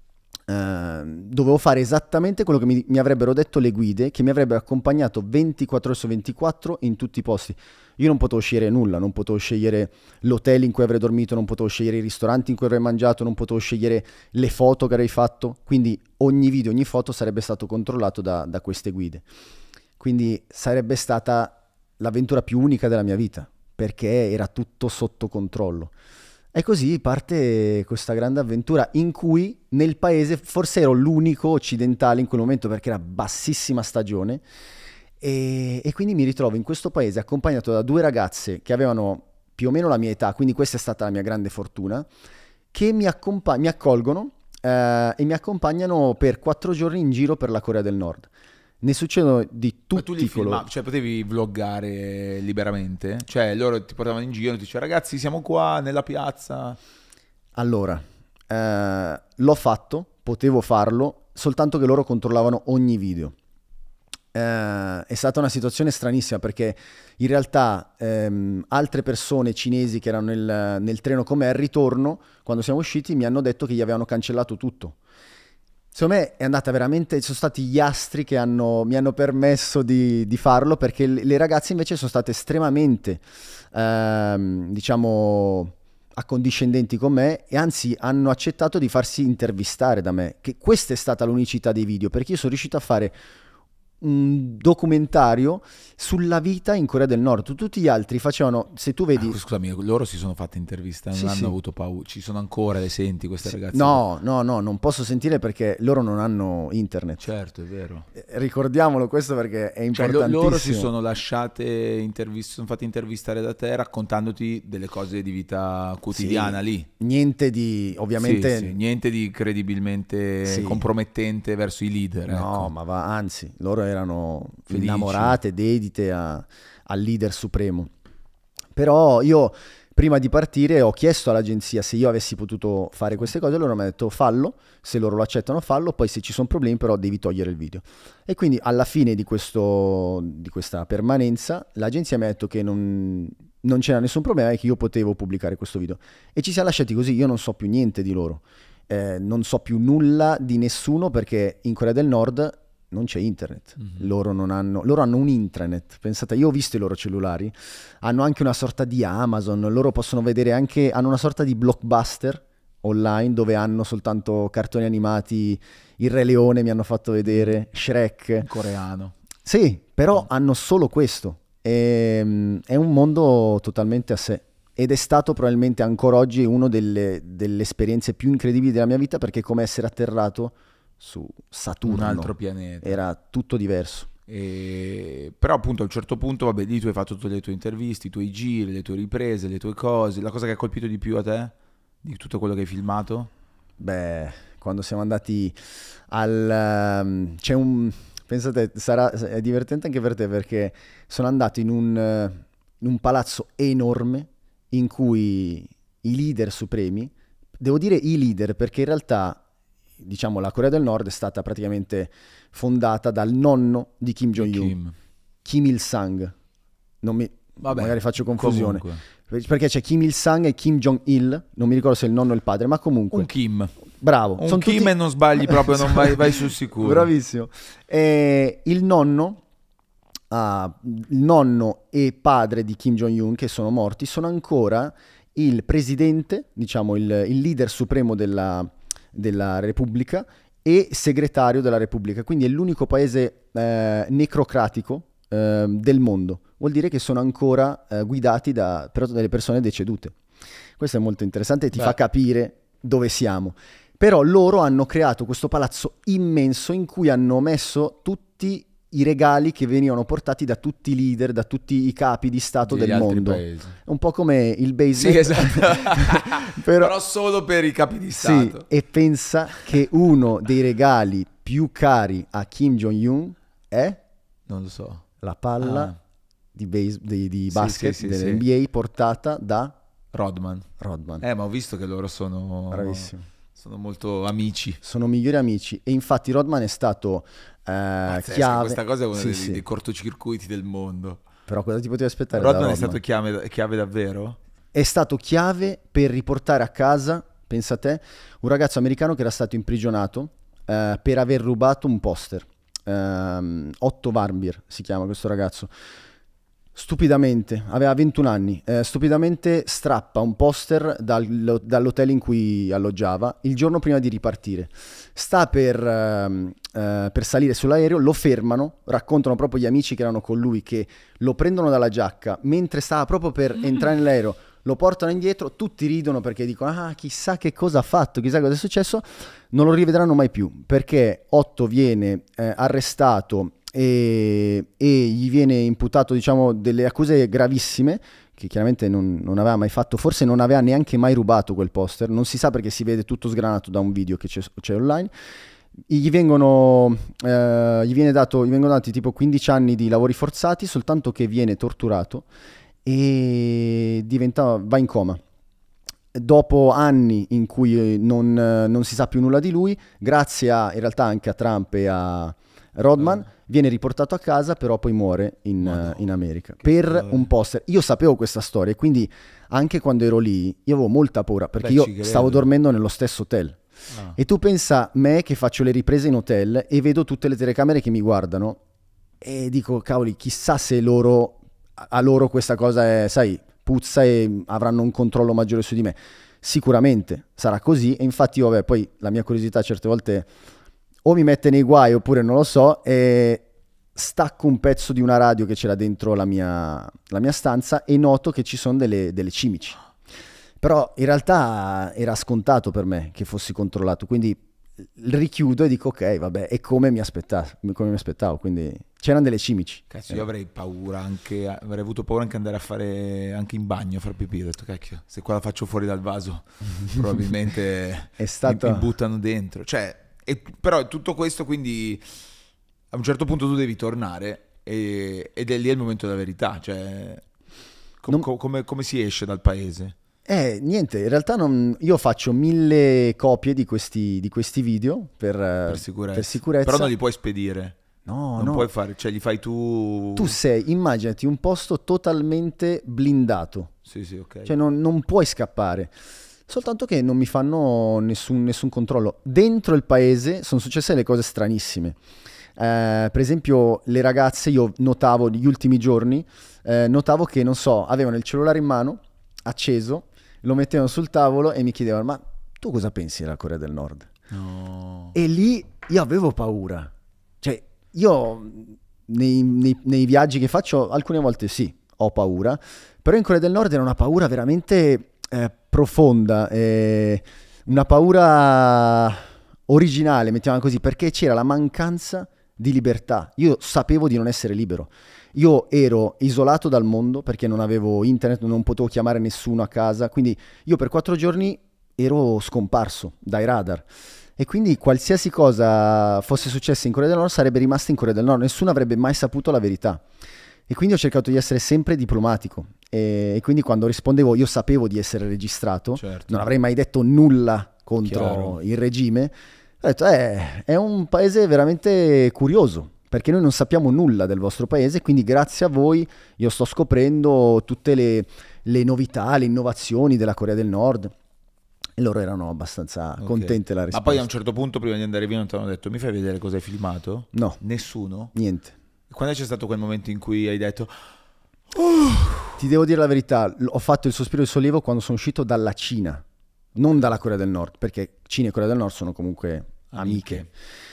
Dovevo fare esattamente quello che mi avrebbero detto le guide, che mi avrebbero accompagnato 24 ore su 24 in tutti i posti. Io non potevo scegliere nulla, non potevo scegliere l'hotel in cui avrei dormito, non potevo scegliere i ristoranti in cui avrei mangiato, non potevo scegliere le foto che avrei fatto, quindi ogni video, ogni foto sarebbe stato controllato da queste guide. Quindi sarebbe stata l'avventura più unica della mia vita, perché era tutto sotto controllo. E così parte questa grande avventura in cui nel paese forse ero l'unico occidentale in quel momento, perché era bassissima stagione, e quindi mi ritrovo in questo paese accompagnato da due ragazze che avevano più o meno la mia età, quindi questa è stata la mia grande fortuna, che mi accolgono e mi accompagnano per 4 giorni in giro per la Corea del Nord. Ne succedono di Ma tu tutti li i colori. filmavi, cioè potevi vloggare liberamente? Cioè loro ti portavano in giro e ti dicevano ragazzi siamo qua nella piazza. Allora, l'ho fatto, potevo farlo, soltanto che loro controllavano ogni video. È stata una situazione stranissima, perché in realtà altre persone cinesi che erano nel treno con me al ritorno, quando siamo usciti, mi hanno detto che gli avevano cancellato tutto. Secondo me è andata veramente, sono stati gli astri che mi hanno permesso di farlo, perché le ragazze invece sono state estremamente, diciamo, accondiscendenti con me, e anzi hanno accettato di farsi intervistare da me, che questa è stata l'unicità dei video, perché io sono riuscito a fare un documentario sulla vita in Corea del Nord. Tutti gli altri facevano, se tu vedi... Scusami, loro si sono fatte interviste, non Sì, hanno sì. avuto paura, ci sono ancora, le senti queste ragazze? No, non posso sentire, perché loro non hanno internet. Certo, è vero. Ricordiamolo questo, perché è Cioè importantissimo. loro si sono lasciate sono fatti intervistare da te raccontandoti delle cose di vita quotidiana Sì, lì. niente di, ovviamente... Sì, niente di credibilmente Sì. compromettente verso i leader. No, ecco. ma anzi, loro erano Felici. innamorate, dedite al leader supremo. Però io, prima di partire, ho chiesto all'agenzia se io avessi potuto fare queste cose, loro mi hanno detto fallo, se loro lo accettano fallo, poi se ci sono problemi però devi togliere il video. E quindi alla fine di questa permanenza l'agenzia mi ha detto che non c'era nessun problema e che io potevo pubblicare questo video. E ci siamo lasciati così, io non so più niente di loro. non so più nulla di nessuno perché in Corea del Nord non c'è internet. Loro hanno un intranet. Pensate, io ho visto i loro cellulari, hanno anche una sorta di Amazon, loro possono vedere anche, hanno una sorta di Blockbuster online dove hanno soltanto cartoni animati, il Re Leone mi hanno fatto vedere, Shrek. In coreano. Sì, però hanno solo questo. È un mondo totalmente a sé. Ed è stato probabilmente ancora oggi una delle esperienze più incredibili della mia vita perché è come essere atterrato su Saturno. Un altro pianeta. Era tutto diverso. Però appunto a un certo punto, vabbè, lì tu hai fatto tutte le tue interviste, i tuoi giri, le tue riprese, le tue cose. La cosa che ha colpito di più a te, di tutto quello che hai filmato? Beh, quando siamo andati c'è un... Pensate, è divertente anche per te perché sono andato in un palazzo enorme in cui i leader supremi, devo dire i leader perché in realtà, diciamo, la Corea del Nord è stata praticamente fondata dal nonno di Kim Jong-un, Kim Il-sung. Vabbè, magari faccio confusione. Comunque. Perché c'è Kim Il-sung e Kim Jong-il, non mi ricordo se è il nonno o il padre, ma comunque... Un Kim. Bravo. Un Kim e non sbagli proprio, non vai sul sicuro. Bravissimo. Il nonno e padre di Kim Jong-un, che sono morti, sono ancora il presidente, diciamo il leader supremo della Repubblica e segretario della Repubblica. Quindi è l'unico paese necrocratico del mondo. Vuol dire che sono ancora guidati però dalle persone decedute. Questo è molto interessante e ti fa capire dove siamo. Però loro hanno creato questo palazzo immenso in cui hanno messo tutti i regali che venivano portati da tutti i leader, da tutti i capi di Stato del mondo. Paesi. Un po' come il basement. Sì, esatto. Però solo per i capi di Stato. Sì, e pensa che uno dei regali più cari a Kim Jong-un è... Non lo so. La palla di basket dell'NBA portata da... Rodman. Ma ho visto che loro sono... Bravissimo. Sono molto amici. Sono migliori amici. E infatti Rodman è stato chiave. Questa cosa è uno dei cortocircuiti del mondo. Però cosa ti potevi aspettare Rodman da è stato chiave davvero? È stato chiave per riportare a casa, pensa te, un ragazzo americano che era stato imprigionato per aver rubato un poster. Otto Warmbier si chiama questo ragazzo. Stupidamente, aveva 21 anni, stupidamente strappa un poster dall'hotel in cui alloggiava il giorno prima di ripartire. Sta per salire sull'aereo, lo fermano, raccontano proprio gli amici che erano con lui che lo prendono dalla giacca, mentre stava proprio per entrare nell'aereo, lo portano indietro, tutti ridono perché dicono chissà che cosa ha fatto, chissà cosa è successo, non lo rivedranno mai più, perché Otto viene arrestato e gli viene imputato, diciamo, delle accuse gravissime che chiaramente non aveva mai fatto, forse non aveva neanche mai rubato quel poster, non si sa perché si vede tutto sgranato da un video che c'è online. Gli vengono dati tipo 15 anni di lavori forzati, soltanto che viene torturato e va in coma. Dopo anni in cui non si sa più nulla di lui, grazie in realtà anche a Trump e a Rodman, viene riportato a casa, però poi muore in America per un poster. Io sapevo questa storia e quindi anche quando ero lì io avevo molta paura perché io stavo dormendo nello stesso hotel. E tu pensa me che faccio le riprese in hotel e vedo tutte le telecamere che mi guardano e dico cavoli, chissà se a loro questa cosa è, sai, puzza e avranno un controllo maggiore su di me. Sicuramente sarà così e infatti io, poi la mia curiosità certe volte o mi mette nei guai oppure non lo so e stacco un pezzo di una radio che c'era dentro la mia stanza e noto che ci sono delle cimici. Però in realtà era scontato per me che fossi controllato, quindi richiudo e dico ok, vabbè, è come mi aspettavo, quindi c'erano delle cimici. Cazzo, io avrei avuto paura anche andare a fare anche in bagno, a far pipì. Ho detto cacchio, se qua la faccio fuori dal vaso probabilmente mi buttano dentro. Però tutto questo, quindi a un certo punto tu devi tornare ed è lì il momento della verità, cioè come si esce dal paese? Niente, in realtà io faccio 1000 copie di questi video per sicurezza. Però non li puoi spedire. No, non puoi fare, cioè li fai tu. Tu immaginati un posto totalmente blindato. Sì, ok. Cioè non puoi scappare. soltanto che non mi fanno nessun controllo. Dentro il paese sono successe delle cose stranissime. Per esempio le ragazze, io notavo negli ultimi giorni, notavo che, non so, avevano il cellulare in mano, acceso, lo mettevano sul tavolo e mi chiedevano: ma tu cosa pensi della Corea del Nord? No. E lì io avevo paura. Cioè, io nei viaggi che faccio, alcune volte sì, ho paura, però in Corea del Nord era una paura veramente profonda, una paura originale, mettiamola così, perché c'era la mancanza di libertà. Io sapevo di non essere libero. Io ero isolato dal mondo perché non avevo internet, non potevo chiamare nessuno a casa, quindi io per 4 giorni ero scomparso dai radar. E quindi qualsiasi cosa fosse successa in Corea del Nord sarebbe rimasta in Corea del Nord, nessuno avrebbe mai saputo la verità. E quindi ho cercato di essere sempre diplomatico. E quindi quando rispondevo io sapevo di essere registrato, Certo. non avrei mai detto nulla contro Chiaro. il regime. Ho detto, è un paese veramente curioso, perché noi non sappiamo nulla del vostro paese, quindi grazie a voi io sto scoprendo tutte le novità, le innovazioni della Corea del Nord. E loro erano abbastanza Ok. contenti della Ma risposta. poi a un certo punto, prima di andare via, non ti hanno detto: mi fai vedere cosa hai filmato? No, Nessuno? niente. Quando c'è stato quel momento in cui hai detto: Ti devo dire la verità, ho fatto il sospiro di sollievo quando sono uscito dalla Cina, non dalla Corea del Nord, perché Cina e Corea del Nord sono comunque amiche.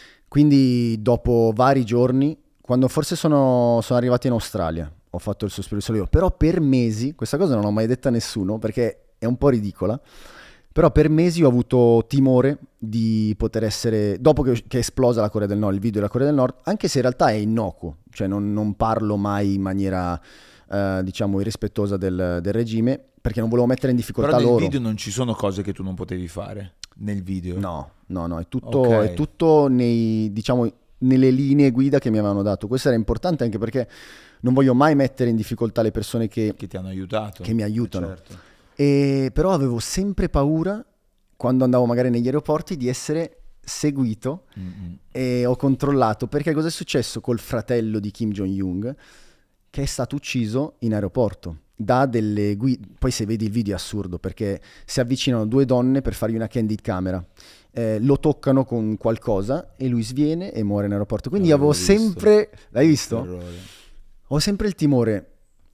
Quindi dopo vari giorni, quando forse sono arrivato in Australia, ho fatto il sospiro di sollievo, però per mesi, questa cosa non l'ho mai detta a nessuno perché è un po' ridicola, però per mesi ho avuto timore di poter essere, dopo che è esplosa la Corea del Nord, il video della Corea del Nord, anche se in realtà è innocuo, cioè non parlo mai in maniera, diciamo, irrispettosa del regime, perché non volevo mettere in difficoltà però nel loro. video non ci sono cose che tu non potevi fare. Nel video? No, è Ok. è tutto diciamo, nelle linee guida che mi avevano dato. Questo era importante anche perché non voglio mai mettere in difficoltà le persone che Che ti hanno aiutato. mi aiutano. Certo. E però avevo sempre paura, quando andavo magari negli aeroporti, di essere seguito e ho controllato, perché cosa è successo col fratello di Kim Jong-un, che è stato ucciso in aeroporto da delle guide. Poi se vedi il video è assurdo, perché si avvicinano 2 donne per fargli una candid camera, lo toccano con qualcosa e lui sviene e muore in aeroporto. Quindi L'avevo avevo visto. sempre, l'hai visto? Terrore. Ho sempre il timore.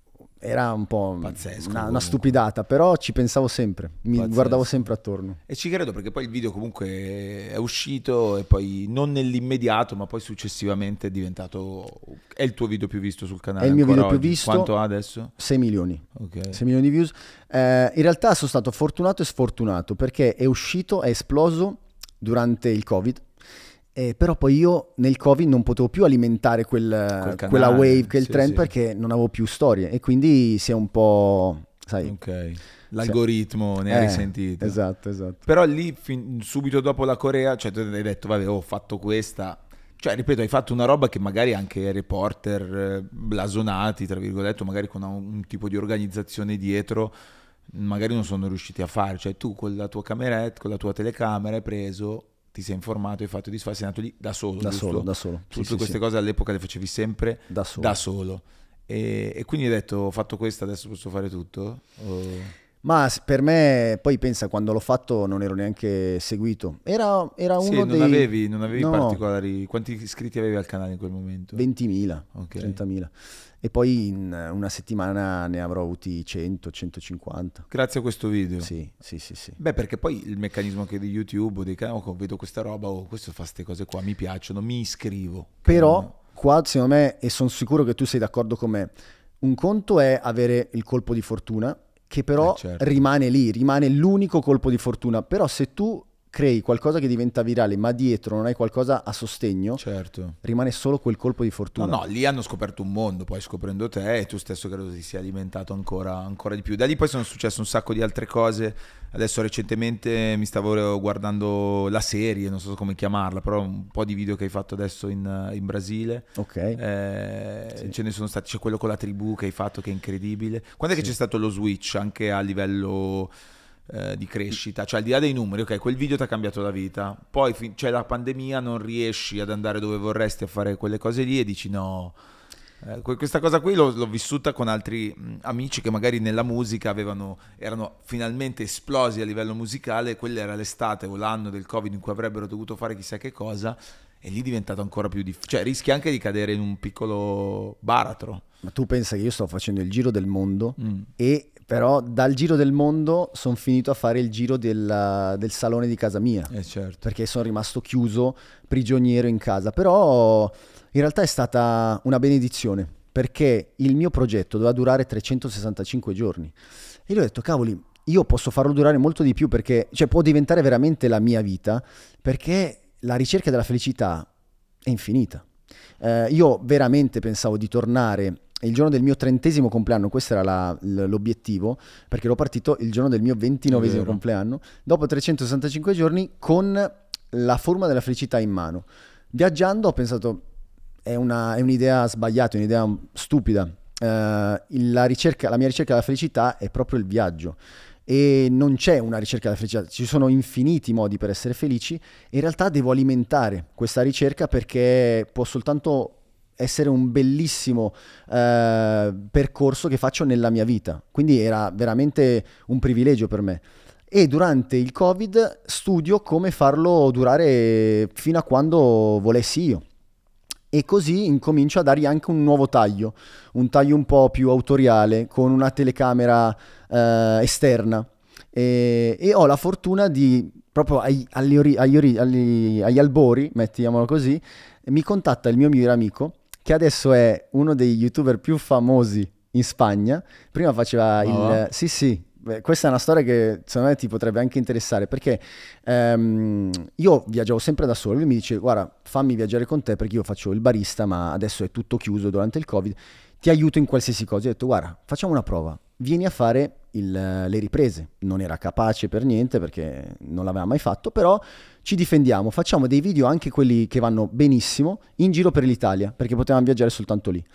Era un po' Pazzesco, una comunque. stupidata, però ci pensavo sempre, mi Pazzesco. guardavo sempre attorno. E ci credo, perché poi il video comunque è uscito e poi non nell'immediato, ma poi successivamente è diventato... È il tuo video più visto sul canale? È il mio ancora video più oggi? visto. Quanto ha adesso? 6 milioni. Ok. 6 milioni di views. In realtà sono stato fortunato e sfortunato perché è uscito, è esploso durante il Covid. Però poi io nel Covid non potevo più alimentare quella canale, wave, quel sì, trend, sì. perché non avevo più storie e quindi si è un po', sai, Ok. L'algoritmo ne ha risentito. Esatto. Però lì, subito dopo la Corea, cioè tu hai detto, vabbè, ho fatto questa. Cioè, ripeto, hai fatto una roba che magari anche reporter blasonati, tra virgolette, magari con un tipo di organizzazione dietro, magari non sono riusciti a fare. Cioè, tu con la tua cameretta, con la tua telecamera hai preso, ti sei informato, hai fatto di sei andato lì da solo, da giusto? solo, da solo. Tutte Sì, queste sì. cose all'epoca le facevi sempre Da solo. solo. E quindi hai detto, ho fatto questo, adesso posso fare tutto? Ma per me, poi pensa, quando l'ho fatto non ero neanche seguito. Era Sì, uno non dei... avevi no, particolari... Quanti iscritti avevi al canale in quel momento? 20.000, Ok. 30.000. E poi in una settimana ne avrò avuti 100, 150. Grazie a questo video. Sì. Beh, perché poi il meccanismo che di YouTube o dei canali, vedo questa roba, questo fa queste cose qua, mi piacciono, mi iscrivo. Però qua, secondo me, e sono sicuro che tu sei d'accordo con me, un conto è avere il colpo di fortuna, che però certo. rimane lì, rimane l'unico colpo di fortuna. Però se tu crei qualcosa che diventa virale, ma dietro non hai qualcosa a sostegno, Certo. rimane solo quel colpo di fortuna. No, lì hanno scoperto un mondo, poi scoprendo te, e tu stesso credo ti sia alimentato ancora di più. Da lì poi sono successe un sacco di altre cose. Adesso recentemente mi stavo guardando la serie, non so come chiamarla, però un po' di video che hai fatto adesso in Brasile. Ok. Ce ne sono stati, c'è quello con la tribù che hai fatto che è incredibile. Quando è che c'è stato lo switch anche a livello di crescita, cioè al di là dei numeri, ok, quel video ti ha cambiato la vita, poi c'è la pandemia, non riesci ad andare dove vorresti a fare quelle cose lì e dici no, Questa cosa qui l'ho vissuta con altri amici che magari nella musica erano finalmente esplosi a livello musicale. Quella era l'estate o l'anno del Covid in cui avrebbero dovuto fare chissà che cosa, e lì è diventato ancora più difficile. Cioè rischi anche di cadere in un piccolo baratro. Ma tu pensa che io sto facendo il giro del mondo e però dal giro del mondo sono finito a fare il giro del salone di casa mia, Certo. perché sono rimasto chiuso, prigioniero in casa. Però in realtà è stata una benedizione, perché il mio progetto doveva durare 365 giorni. E io ho detto, cavoli, io posso farlo durare molto di più, perché cioè, può diventare veramente la mia vita, perché la ricerca della felicità è infinita. Io veramente pensavo di tornare il giorno del mio 30° compleanno, questo era l'obiettivo, perché ero partito il giorno del mio 29° compleanno, dopo 365 giorni con la formula della felicità in mano. Viaggiando ho pensato, è un'idea sbagliata, un'idea stupida. La mia ricerca della felicità è proprio il viaggio. E non c'è una ricerca della felicità, ci sono infiniti modi per essere felici. In realtà devo alimentare questa ricerca, perché può soltanto essere un bellissimo percorso che faccio nella mia vita. Quindi era veramente un privilegio per me. E durante il Covid studio come farlo durare fino a quando volessi io. E così incomincio a dargli anche un nuovo taglio, un taglio un po' più autoriale, con una telecamera esterna. E ho la fortuna di, proprio agli albori, mettiamolo così, mi contatta il mio migliore amico, che adesso è uno dei YouTuber più famosi in Spagna. Prima faceva il... Sì. Beh, questa è una storia che secondo me ti potrebbe anche interessare, perché io viaggiavo sempre da solo. Lui mi dice, guarda, fammi viaggiare con te, perché io faccio il barista, ma adesso è tutto chiuso durante il Covid, ti aiuto in qualsiasi cosa. Io ho detto, guarda, facciamo una prova, vieni a fare le riprese. Non era capace per niente, perché non l'aveva mai fatto, però ci difendiamo, facciamo dei video, anche quelli che vanno benissimo, in giro per l'Italia, perché potevamo viaggiare soltanto lì.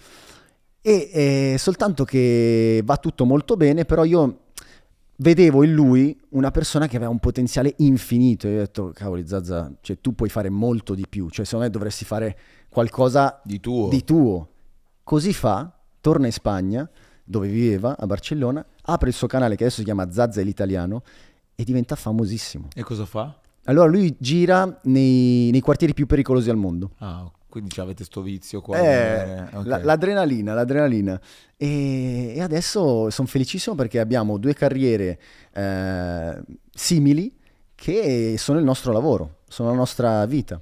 E soltanto che va tutto molto bene, però io vedevo in lui una persona che aveva un potenziale infinito. E io ho detto, cavoli Zazza, cioè, tu puoi fare molto di più, cioè secondo me dovresti fare qualcosa Di tuo. Così fa, torna in Spagna, dove viveva, a Barcellona, apre il suo canale che adesso si chiama Zazza l'Italiano, e diventa famosissimo. E cosa fa? Allora lui gira nei quartieri più pericolosi al mondo. Ah, quindi avete sto vizio qua. Ok. L'adrenalina. E adesso sono felicissimo, perché abbiamo 2 carriere simili, che sono il nostro lavoro, sono la nostra vita.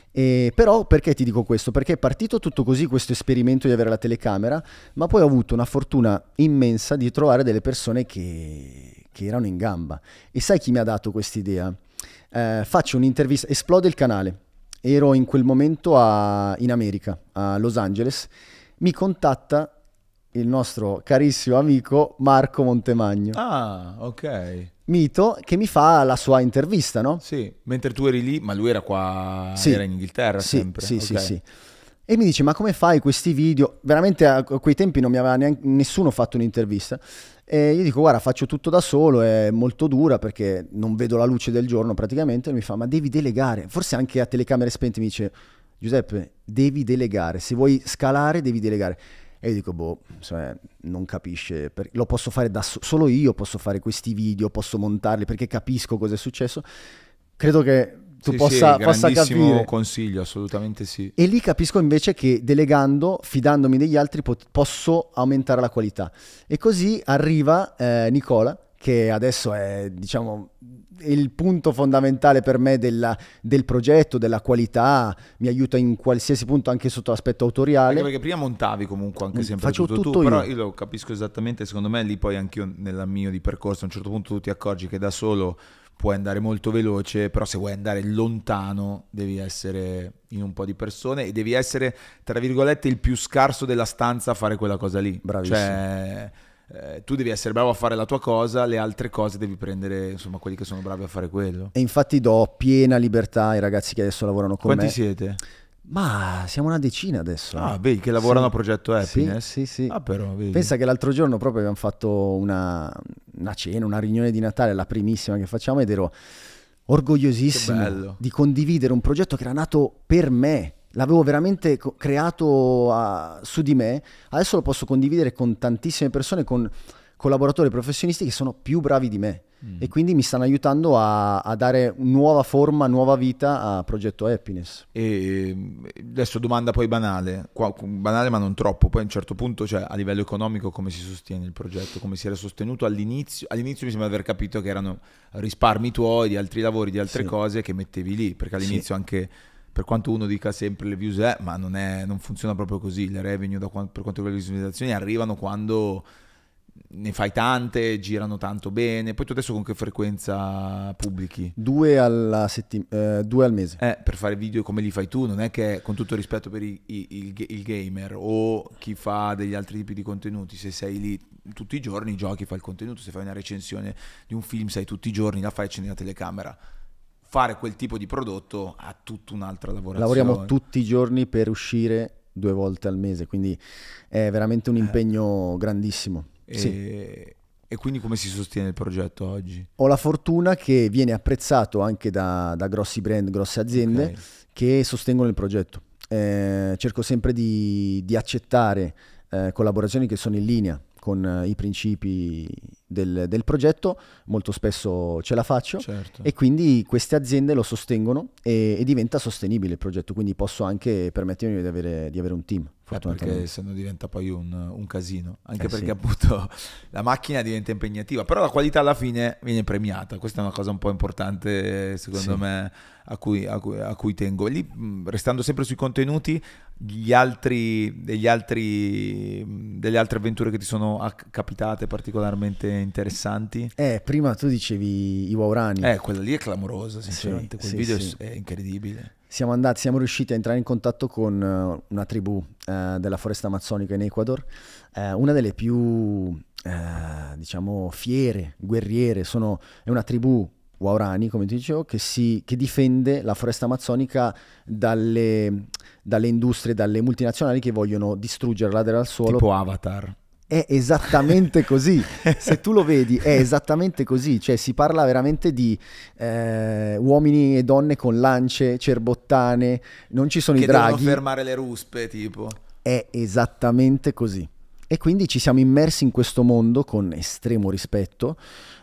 Però perché ti dico questo? Perché è partito tutto così, questo esperimento di avere la telecamera, ma poi ho avuto una fortuna immensa di trovare delle persone che erano in gamba. E sai chi mi ha dato quest'idea? Faccio un'intervista, esplode il canale. Ero in quel momento in America, a Los Angeles. Mi contatta il nostro carissimo amico Marco Montemagno, Ah, ok. mito, che mi fa la sua intervista, no? Sì, mentre tu eri lì, ma lui era qua, Sì. era in Inghilterra Sì, sempre. sì, Ok. sì. E mi dice, ma come fai questi video? Veramente a quei tempi non mi aveva neanche nessuno fatto un'intervista. E io dico, guarda, faccio tutto da solo, è molto dura perché non vedo la luce del giorno praticamente. E mi fa, ma devi delegare. Forse anche a telecamere spente mi dice, Giuseppe, devi delegare. Se vuoi scalare, devi delegare. E io dico, boh, non capisce. Lo posso fare solo io posso fare questi video, posso montarli, perché capisco cosa è successo. Credo che tu possa grandissimo capire. consiglio, assolutamente sì. E lì capisco invece che delegando, fidandomi degli altri, posso aumentare la qualità. E così arriva Nicola, che adesso è, diciamo, il punto fondamentale per me del progetto, della qualità, mi aiuta in qualsiasi punto, anche sotto l'aspetto autoriale. Anche perché prima montavi comunque anche sempre Facevo tutto tutto tu, però io. io lo capisco esattamente, secondo me lì poi anch'io nella mio di percorso a un certo punto tu ti accorgi che da solo puoi andare molto veloce, però se vuoi andare lontano devi essere in un po' di persone e devi essere, tra virgolette, il più scarso della stanza a fare quella cosa lì. Bravissimo. Cioè, tu devi essere bravo a fare la tua cosa, le altre cose devi prendere, insomma, quelli che sono bravi a fare quello. E infatti do piena libertà ai ragazzi che adesso lavorano con Quanti me. siete? Ma siamo una decina adesso. Ah, vedi che lavorano Sì. a Progetto Happiness? Sì. Ah, però, vedi. Pensa che l'altro giorno proprio abbiamo fatto una cena, una riunione di Natale, la primissima che facciamo, ed ero Che orgogliosissimo bello. di condividere un progetto che era nato per me. l'avevo veramente creato su di me, adesso lo posso condividere con tantissime persone, con collaboratori professionisti che sono più bravi di me e quindi mi stanno aiutando a dare nuova forma, nuova vita a Progetto Happiness. E adesso domanda poi banale, banale ma non troppo, poi a un certo punto, cioè a livello economico come si sostiene il progetto, come si era sostenuto all'inizio? All'inizio mi sembra di aver capito che erano risparmi tuoi, di altri lavori, di altre cose che mettevi lì, perché all'inizio anche, per quanto uno dica sempre le views ma non funziona proprio così, le revenue per quanto riguarda le visualizzazioni arrivano quando ne fai tante, girano tanto bene. Poi tu adesso con che frequenza pubblichi? 2 al mese. Per fare video come li fai tu, non è che, con tutto rispetto per il gamer o chi fa degli altri tipi di contenuti, se sei lì tutti i giorni giochi, fai il contenuto, se fai una recensione di un film sei tutti i giorni, la fai, accendi la telecamera. Fare quel tipo di prodotto ha tutta un'altra lavorazione. Lavoriamo tutti i giorni per uscire 2 volte al mese, quindi è veramente un impegno grandissimo. E quindi come si sostiene il progetto oggi? Ho la fortuna che viene apprezzato anche da grossi brand, grosse aziende che sostengono il progetto. Cerco sempre di accettare collaborazioni che sono in linea con i principi del progetto, molto spesso ce la faccio, e quindi queste aziende lo sostengono e diventa sostenibile il progetto, quindi posso anche permettermi di avere un team. Perché se no diventa poi un casino, anche perché appunto la macchina diventa impegnativa, però la qualità alla fine viene premiata, questa è una cosa un po' importante secondo me a cui tengo. Lì, restando sempre sui contenuti, delle altre avventure che ti sono capitate particolarmente interessanti? Prima tu dicevi i Waurani. Quella lì è clamorosa, sinceramente, quel video è incredibile. Siamo riusciti a entrare in contatto con una tribù della foresta amazzonica in Ecuador, una delle più, diciamo, fiere, guerriere. È una tribù Waurani, come ti dicevo, che difende la foresta amazzonica dalle industrie, dalle multinazionali che vogliono distruggerla dal suolo. Tipo Avatar. È esattamente così, se tu lo vedi è esattamente così, cioè si parla veramente di uomini e donne con lance, cerbottane, non ci sono i draghi. Che devono fermare le ruspe, tipo. È esattamente così. E quindi ci siamo immersi in questo mondo con estremo rispetto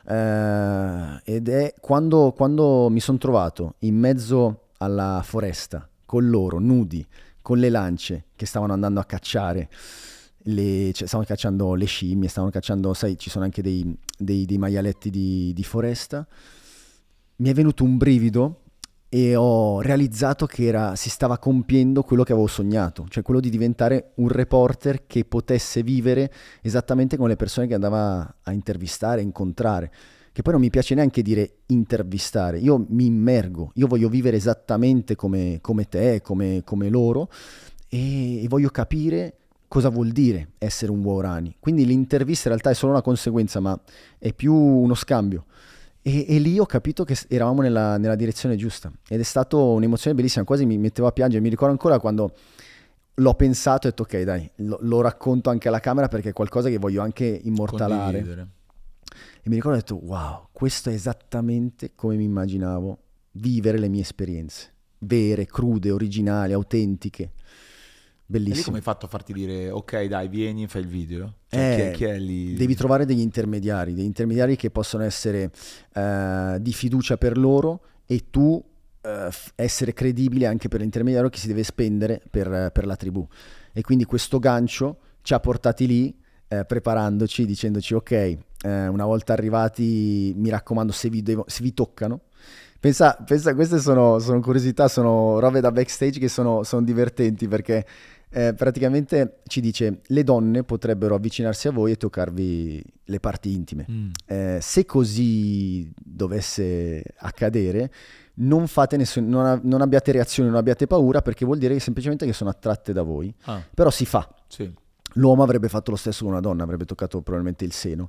ed è quando mi sono trovato in mezzo alla foresta, con loro, nudi, con le lance, che stavano andando a cacciare. Stavano cacciando le scimmie, stavano cacciando, sai, ci sono anche dei maialetti di foresta. Mi è venuto un brivido e ho realizzato che si stava compiendo quello che avevo sognato, cioè quello di diventare un reporter che potesse vivere esattamente come le persone che andava a intervistare, a incontrare. Che poi non mi piace neanche dire intervistare, io mi immergo, io voglio vivere esattamente come te, come loro, e voglio capire cosa vuol dire essere un Waurani. Quindi l'intervista in realtà è solo una conseguenza, ma è più uno scambio. E lì ho capito che eravamo nella direzione giusta. Ed è stata un'emozione bellissima, quasi mi mettevo a piangere. Mi ricordo ancora quando l'ho pensato e ho detto ok dai, lo racconto anche alla camera perché è qualcosa che voglio anche immortalare. Condividere. E mi ricordo e ho detto wow, questo è esattamente come mi immaginavo vivere le mie esperienze. Vere, crude, originali, autentiche. Bellissimo. E lì come hai fatto a farti dire ok dai vieni e fai il video? Cioè, chi è lì? Devi trovare degli intermediari che possono essere di fiducia per loro e tu essere credibile anche per l'intermediario che si deve spendere per la tribù. E quindi questo gancio ci ha portati lì preparandoci, dicendoci ok, una volta arrivati mi raccomando se vi toccano. Pensa, queste sono curiosità, sono robe da backstage che sono divertenti perché praticamente ci dice le donne potrebbero avvicinarsi a voi e toccarvi le parti intime. Se così dovesse accadere non fate non abbiate reazioni, non abbiate paura perché vuol dire semplicemente che sono attratte da voi. Però si fa. Sì. L'uomo avrebbe fatto lo stesso con una donna, avrebbe toccato probabilmente il seno.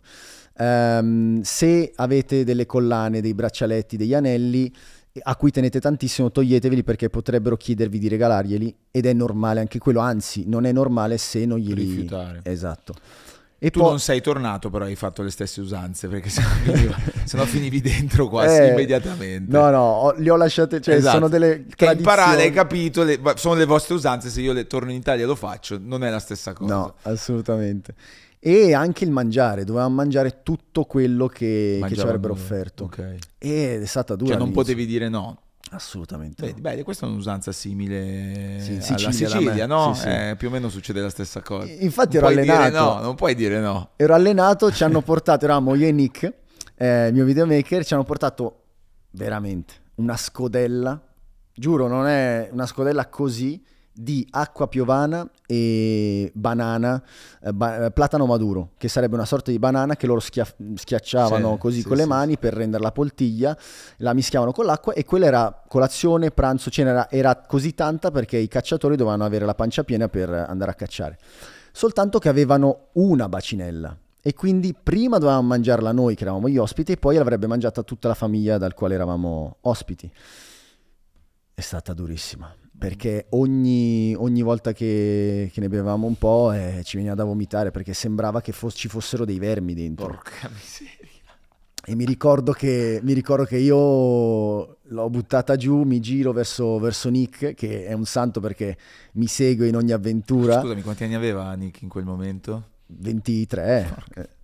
Se avete delle collane, dei braccialetti, degli anelli a cui tenete tantissimo, toglieteveli perché potrebbero chiedervi di regalarglieli ed è normale anche quello, anzi non è normale se non glieli... rifiutare. Esatto. E Tu non sei tornato, però hai fatto le stesse usanze, perché sennò finivi dentro quasi immediatamente. No, li ho lasciate, cioè Esatto. sono delle Che tradizioni. imparare, hai capito, sono le vostre usanze, se io torno in Italia e lo faccio, non è la stessa cosa. No, assolutamente. E anche il mangiare, dovevamo mangiare tutto quello che ci Mangiavano avrebbero loro. offerto. Ok. Ed è stata dura Cioè non all'inizio. potevi dire no. Assolutamente. Vedi, beh, questa è un'usanza simile Sì, in alla Sicilia, da Sicilia, me. no? Sì, sì. Più o meno succede la stessa cosa. Infatti Non ero puoi dire allenato. no, non puoi dire no. Ero allenato, ci hanno portato, eravamo io e Nick, il mio videomaker, ci hanno portato veramente una scodella, giuro, non è una scodella così, di acqua piovana e banana, platano maduro, che sarebbe una sorta di banana che loro schiacciavano Sì, così sì, con le sì, mani sì. per rendere la poltiglia, la mischiavano con l'acqua e quella era colazione, pranzo, cena, era così tanta perché i cacciatori dovevano avere la pancia piena per andare a cacciare. Soltanto che avevano una bacinella e quindi prima dovevamo mangiarla noi che eravamo gli ospiti e poi l'avrebbe mangiata tutta la famiglia dal quale eravamo ospiti. È stata durissima perché ogni volta che ne bevevamo un po' ci veniva da vomitare perché sembrava che ci fossero dei vermi dentro. Porca miseria. E mi ricordo che io l'ho buttata giù, mi giro verso Nick, che è un santo perché mi segue in ogni avventura. Scusami, quanti anni aveva Nick in quel momento? 23.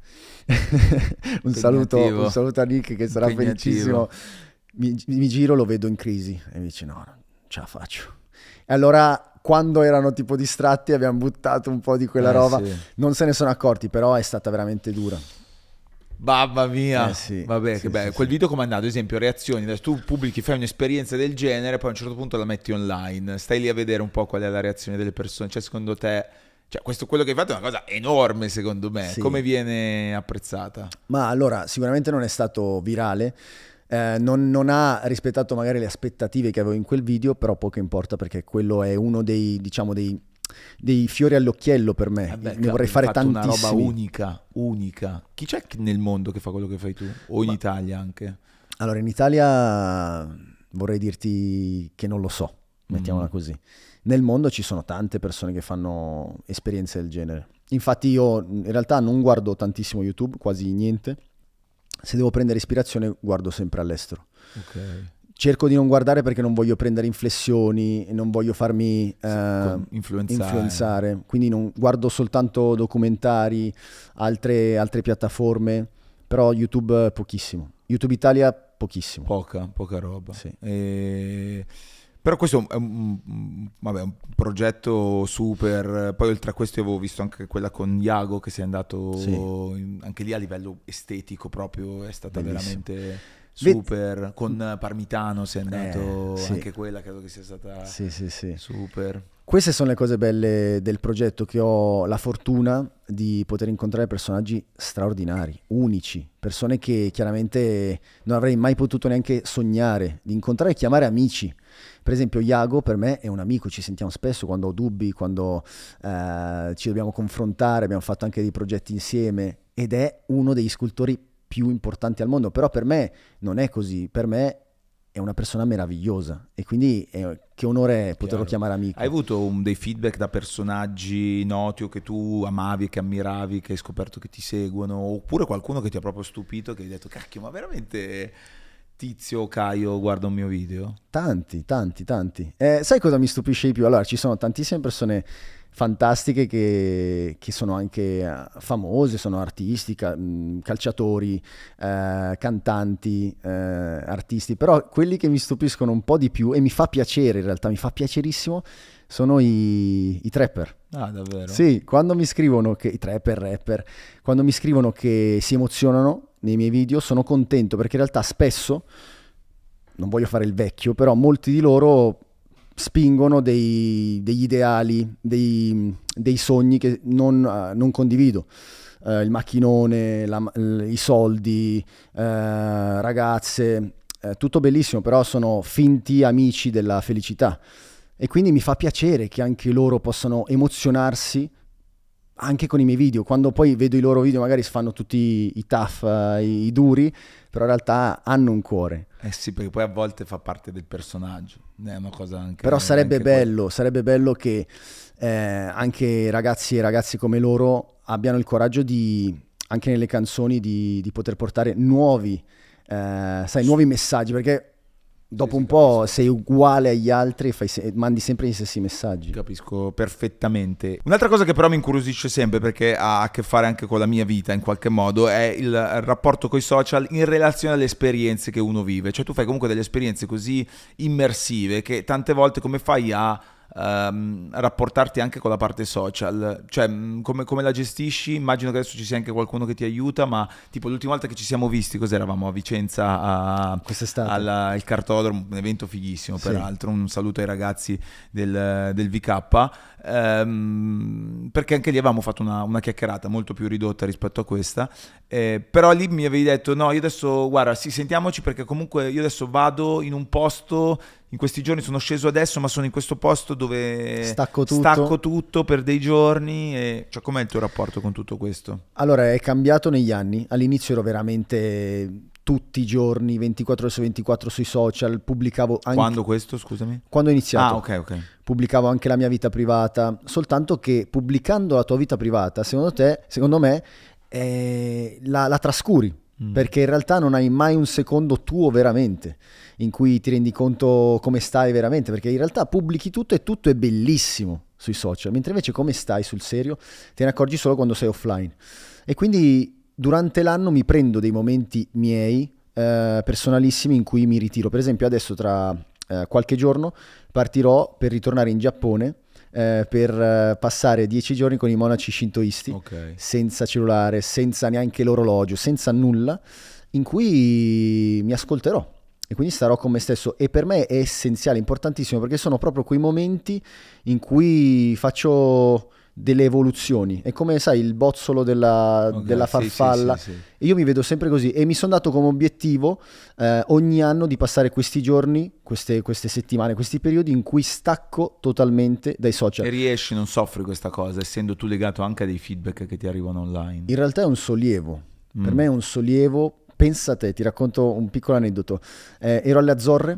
Un Impegnativo. saluto a Nick che sarà Impegnativo. felicissimo. Mi giro, lo vedo in crisi e mi dice no, non ce la faccio. E allora quando erano tipo distratti abbiamo buttato un po' di quella roba. Sì. Non se ne sono accorti, però è stata veramente dura. Mamma mia, Sì, vabbè, sì, che bello. sì, Quel sì. video com'è andato? Ad esempio, reazioni. Adesso tu pubblichi, fai un'esperienza del genere, poi a un certo punto la metti online. Stai lì a vedere un po' qual è la reazione delle persone. Cioè, secondo te, quello che hai fatto è una cosa enorme, secondo me. Sì. Come viene apprezzata? Ma allora, sicuramente non è stato virale, non ha rispettato magari le aspettative che avevo in quel video, però poco importa perché quello è uno dei fiori all'occhiello per me. Vabbè, Ne vorrei fare hai fatto una roba tantissimi. unica. Chi c'è nel mondo che fa quello che fai tu? O in Italia anche? Allora, in Italia vorrei dirti che non lo so, mettiamola così. Nel mondo ci sono tante persone che fanno esperienze del genere. Infatti io in realtà non guardo tantissimo YouTube, quasi niente. Se devo prendere ispirazione guardo sempre all'estero. Ok. Cerco di non guardare perché non voglio prendere inflessioni, non voglio farmi influenzare. Quindi non guardo soltanto documentari, altre piattaforme, però YouTube pochissimo. YouTube Italia pochissimo. Poca roba. Sì. Però questo è un progetto super. Poi oltre a questo io avevo visto anche quella con Iago che sei andato anche lì a livello estetico proprio è stata Bellissimo. veramente super. Con Parmitano sei andato, sì. anche quella credo che sia stata Sì. super. Queste sono le cose belle del progetto, che ho la fortuna di poter incontrare personaggi straordinari, unici, persone che chiaramente non avrei mai potuto neanche sognare di incontrare e chiamare amici. Per esempio Iago per me è un amico, ci sentiamo spesso quando ho dubbi, quando ci dobbiamo confrontare, abbiamo fatto anche dei progetti insieme ed è uno degli scultori più importanti al mondo, però per me non è così, per me è una persona meravigliosa e quindi che onore poterlo Chiaro. chiamare amico. Hai avuto dei feedback da personaggi noti o che tu amavi, che ammiravi, che hai scoperto che ti seguono, oppure qualcuno che ti ha proprio stupito, che hai detto cacchio, ma veramente Tizio o Caio guarda un mio video? Tanti. Sai cosa mi stupisce di più? Allora, ci sono tantissime persone fantastiche che sono anche famose, sono artisti, calciatori, cantanti, artisti, però quelli che mi stupiscono un po' di più, e mi fa piacere in realtà, mi fa piacerissimo, sono i trapper. Ah, davvero? Sì, quando mi scrivono che i rapper, quando mi scrivono che si emozionano nei miei video, sono contento perché in realtà spesso, non voglio fare il vecchio, però molti di loro spingono degli ideali, dei sogni che non condivido. Il macchinone, i soldi, ragazze, tutto bellissimo, però sono finti amici della felicità. E quindi mi fa piacere che anche loro possano emozionarsi anche con i miei video, quando poi vedo i loro video magari fanno tutti i tough, i duri, però in realtà hanno un cuore. Eh sì, perché poi a volte fa parte del personaggio, è una cosa anche... Però sarebbe anche bello che anche ragazzi e ragazze come loro abbiano il coraggio di, anche nelle canzoni, di poter portare nuovi messaggi, perché dopo un po' sei uguale agli altri e mandi sempre gli stessi messaggi. Capisco perfettamente. Un'altra cosa che però mi incuriosisce sempre, perché ha a che fare anche con la mia vita in qualche modo, è il rapporto con i social in relazione alle esperienze che uno vive. Cioè tu fai comunque delle esperienze così immersive che tante volte come fai a rapportarti anche con la parte social, cioè come la gestisci? Immagino che adesso ci sia anche qualcuno che ti aiuta, ma tipo l'ultima volta che ci siamo visti, cos'eravamo a Vicenza Quest'estate al Cartodromo, un evento fighissimo Sì. peraltro, un saluto ai ragazzi del VK, perché anche lì avevamo fatto una chiacchierata molto più ridotta rispetto a questa, però lì mi avevi detto no, io adesso guarda sì, sentiamoci, perché comunque io adesso vado in un posto, in questi giorni sono sceso adesso, ma sono in questo posto dove Stacco tutto per dei giorni. Cioè, com'è il tuo rapporto con tutto questo? Allora, è cambiato negli anni. All'inizio ero veramente tutti i giorni, 24 ore su 24 sui social, pubblicavo anche... Quando questo, scusami? Quando ho iniziato. Ah, ok. Pubblicavo anche la mia vita privata, soltanto che pubblicando la tua vita privata, secondo me, la trascuri. Perché in realtà non hai mai un secondo tuo veramente in cui ti rendi conto come stai veramente, perché in realtà pubblichi tutto e tutto è bellissimo sui social, mentre invece come stai sul serio te ne accorgi solo quando sei offline. E quindi durante l'anno mi prendo dei momenti miei personalissimi in cui mi ritiro. Per esempio adesso tra qualche giorno partirò per ritornare in Giappone per passare 10 giorni con i monaci shintoisti, Ok. senza cellulare, senza neanche l'orologio, senza nulla, in cui mi ascolterò e quindi starò con me stesso. E per me è essenziale, importantissimo, perché sono proprio quei momenti in cui faccio delle evoluzioni. È come, sai, il bozzolo della Ok, farfalla. sì. E io mi vedo sempre così e mi sono dato come obiettivo ogni anno di passare questi giorni, queste settimane, questi periodi in cui stacco totalmente dai social. E riesci, non soffri questa cosa, essendo tu legato anche a dei feedback che ti arrivano online. In realtà è un sollievo, per me è un sollievo. Pensa a te, ti racconto un piccolo aneddoto. Ero alle Azzorre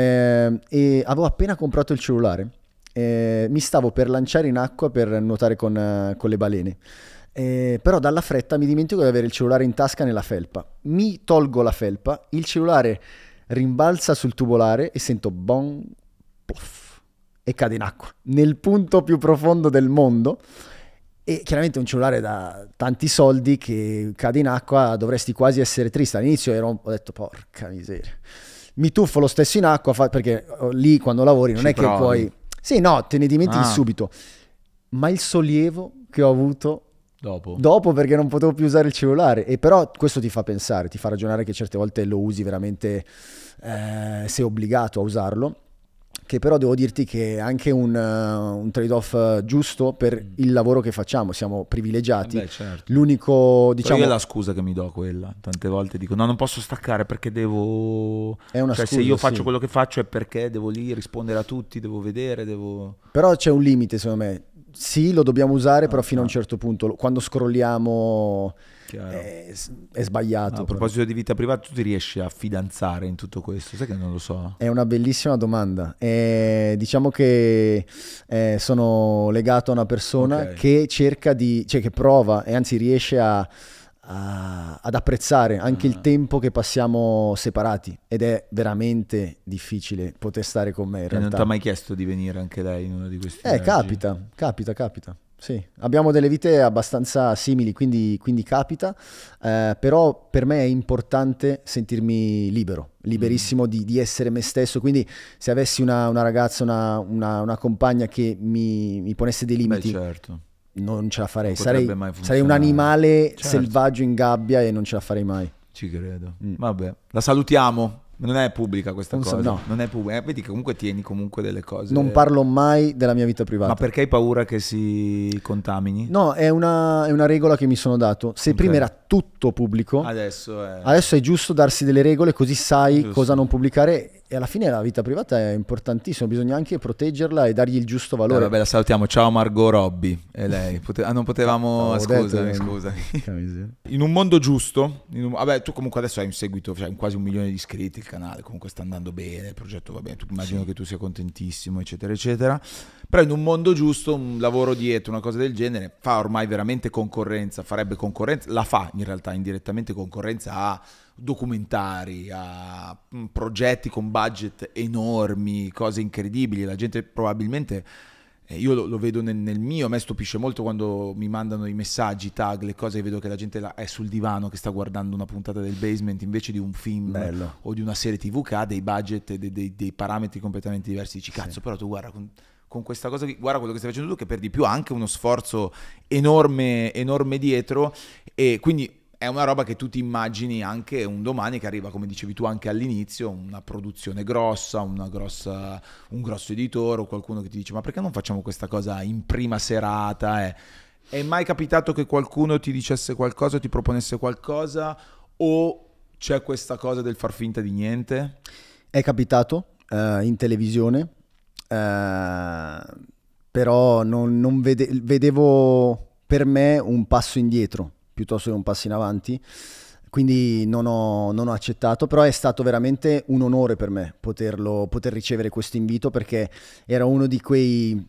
e avevo appena comprato il cellulare. Mi stavo per lanciare in acqua per nuotare con le balene. Però dalla fretta mi dimentico di avere il cellulare in tasca nella felpa. Mi tolgo la felpa, il cellulare rimbalza sul tubolare e sento bong, puff, e cade in acqua, nel punto più profondo del mondo. E chiaramente un cellulare da tanti soldi che cade in acqua, dovresti quasi essere triste. All'inizio ho detto porca miseria. Mi tuffo lo stesso in acqua perché lì quando lavori non Ci è che provi. puoi... Sì, no, te ne dimentichi Ah. subito. Ma il sollievo che ho avuto Dopo. dopo, perché non potevo più usare il cellulare, e però questo ti fa pensare, ti fa ragionare che certe volte lo usi veramente, sei obbligato a usarlo, che però devo dirti che è anche un trade-off giusto per il lavoro che facciamo, siamo privilegiati. Beh, certo. L'unico, Però diciamo, io è la scusa che mi do quella. Tante volte dico no, non posso staccare perché devo... è una Cioè scusa, se io sì. faccio quello che faccio è perché devo lì rispondere a tutti, devo vedere, devo... Però c'è un limite secondo me. Sì, lo dobbiamo usare, però fino a un certo punto. Quando scrolliamo Chiaro. è sbagliato. A proposito di vita privata, tu ti riesci a fidanzare in tutto questo? Sai che non lo so. È una bellissima domanda. Diciamo che sono legato a una persona Ok. che cerca cioè che prova e anzi riesce ad apprezzare anche il tempo che passiamo separati, ed è veramente difficile poter stare con me in E non realtà. ti ha mai chiesto di venire anche lei in uno di questi viaggi? Capita. Sì, abbiamo delle vite abbastanza simili, quindi capita, però per me è importante sentirmi liberissimo di essere me stesso, quindi se avessi una ragazza, una compagna che mi ponesse dei Beh, limiti, certo. non ce la farei, Non potrebbe sarei mai un funzionare. animale Certo. selvaggio in gabbia e non ce la farei mai. Ci credo. Vabbè, la salutiamo. Non è pubblica questa Non so, cosa. no. Non è pubblica. Vedi che comunque tieni comunque delle cose. Non parlo mai della mia vita privata. Ma perché hai paura che si contamini? No, è una regola che mi sono dato. Se Ok. prima era tutto pubblico, Adesso è... adesso è giusto darsi delle regole, così sai Giusto. cosa non pubblicare E alla fine la vita privata è importantissima, bisogna anche proteggerla e dargli il giusto valore. Vabbè, la salutiamo. Ciao Margot Robbie. E lei. Non potevamo... Avevo detto Scusami. che- miseria. In un mondo giusto, vabbè, tu comunque adesso hai un seguito, cioè quasi 1 milione di iscritti, il canale comunque sta andando bene, il progetto va bene, tu immagino che tu sia contentissimo, eccetera, eccetera. Però in un mondo giusto, un lavoro dietro, una cosa del genere, fa ormai veramente concorrenza, farebbe concorrenza, la fa in realtà indirettamente concorrenza a documentari, a progetti con budget enormi, cose incredibili. La gente probabilmente, io lo vedo nel mio, a me stupisce molto quando mi mandano i messaggi, i tag, le cose, e vedo che la gente è sul divano che sta guardando una puntata del Basement invece di un film Bello. o di una serie TV che ha dei budget e dei parametri completamente diversi. Dici, cazzo, però tu guarda con questa cosa, guarda quello che stai facendo tu, che per di più ha anche uno sforzo enorme dietro, e quindi è una roba che tu ti immagini anche un domani che arriva, come dicevi tu anche all'inizio, una produzione grossa, un grosso editore o qualcuno che ti dice ma perché non facciamo questa cosa in prima serata? È mai capitato che qualcuno ti dicesse qualcosa, ti proponesse qualcosa, o c'è questa cosa del far finta di niente? È capitato in televisione, però non vedevo per me un passo indietro piuttosto che un passo in avanti, quindi non ho accettato, però è stato veramente un onore per me poter ricevere questo invito, perché era uno di quei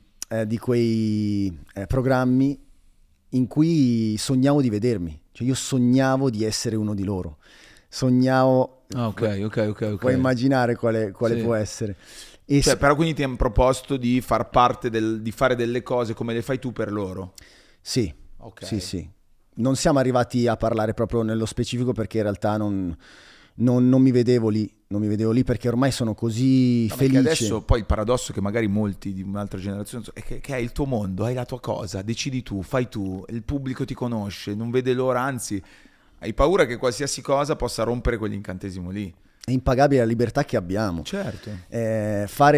programmi in cui sognavo di vedermi, cioè io sognavo di essere uno di loro, sognavo... Ok. Puoi immaginare quale Sì. può essere. E Cioè, però quindi ti hanno proposto di far parte di fare delle cose come le fai tu per loro? Sì, Ok. sì. Non siamo arrivati a parlare proprio nello specifico, perché in realtà non mi vedevo lì, perché ormai sono così No, perché felice. adesso poi il paradosso è che magari molti di un'altra generazione è che hai il tuo mondo, hai la tua cosa, decidi tu, fai tu, il pubblico ti conosce, non vede l'ora, anzi hai paura che qualsiasi cosa possa rompere quell'incantesimo lì. È impagabile la libertà che abbiamo. Certo. Fare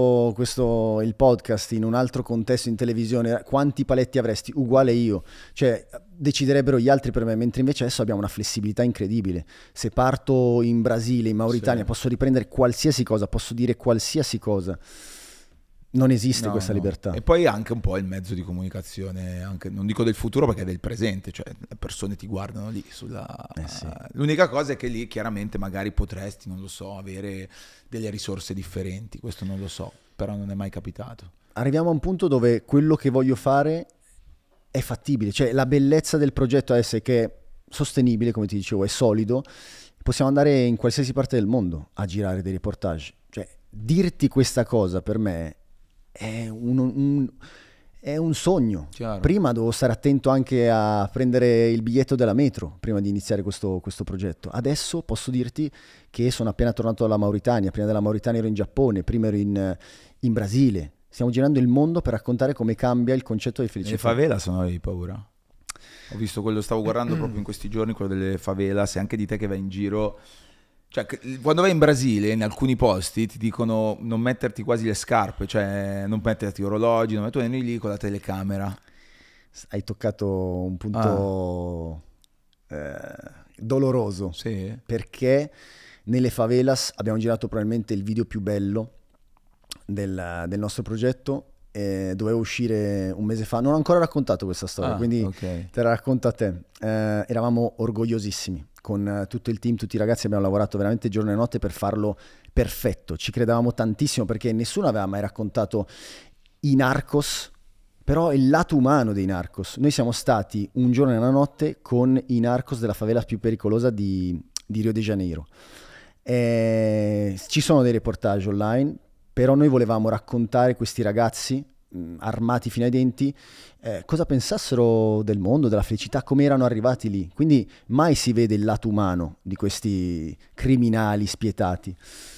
il podcast in un altro contesto, in televisione, quanti paletti avresti? Uguale io. Cioè, deciderebbero gli altri per me, mentre invece adesso abbiamo una flessibilità incredibile. Se parto in Brasile, in Mauritania, Sì. posso riprendere qualsiasi cosa, posso dire qualsiasi cosa. Non esiste No, questa no. libertà. E poi anche un po' il mezzo di comunicazione, anche, non dico del futuro perché è del presente, cioè le persone ti guardano lì Sì. L'unica cosa è che lì chiaramente magari potresti, non lo so, avere delle risorse differenti, questo non lo so, però non è mai capitato. Arriviamo a un punto dove quello che voglio fare è fattibile, cioè la bellezza del progetto adesso è che è sostenibile, come ti dicevo, è solido, possiamo andare in qualsiasi parte del mondo a girare dei reportage, cioè dirti questa cosa per me è un sogno. Chiaro. Prima dovevo stare attento anche a prendere il biglietto della metro prima di iniziare questo progetto. Adesso posso dirti che sono appena tornato dalla Mauritania, prima della Mauritania ero in Giappone, prima ero in Brasile. Stiamo girando il mondo per raccontare come cambia il concetto di Le felicità. favelas non avevi paura? Ho visto quello, stavo guardando proprio in questi giorni, quello delle favelas, e anche di te che vai in giro. Cioè, quando vai in Brasile, in alcuni posti ti dicono non metterti quasi le scarpe, cioè non metterti orologi, tu vieni lì con la telecamera. Hai toccato un punto doloroso, Sì. perché nelle favelas abbiamo girato probabilmente il video più bello del nostro progetto. Doveva uscire un mese fa, non ho ancora raccontato questa storia, quindi ok. te la racconto a te. Eravamo orgogliosissimi con tutto il team, tutti i ragazzi, abbiamo lavorato veramente giorno e notte per farlo perfetto, ci credevamo tantissimo perché nessuno aveva mai raccontato i Narcos, però il lato umano dei Narcos. Noi siamo stati un giorno e una notte con i Narcos della favela più pericolosa di Rio de Janeiro. Ci sono dei reportage online, però noi volevamo raccontare questi ragazzi armati fino ai denti, cosa pensassero del mondo, della felicità, come erano arrivati lì. Quindi mai si vede il lato umano di questi criminali spietati.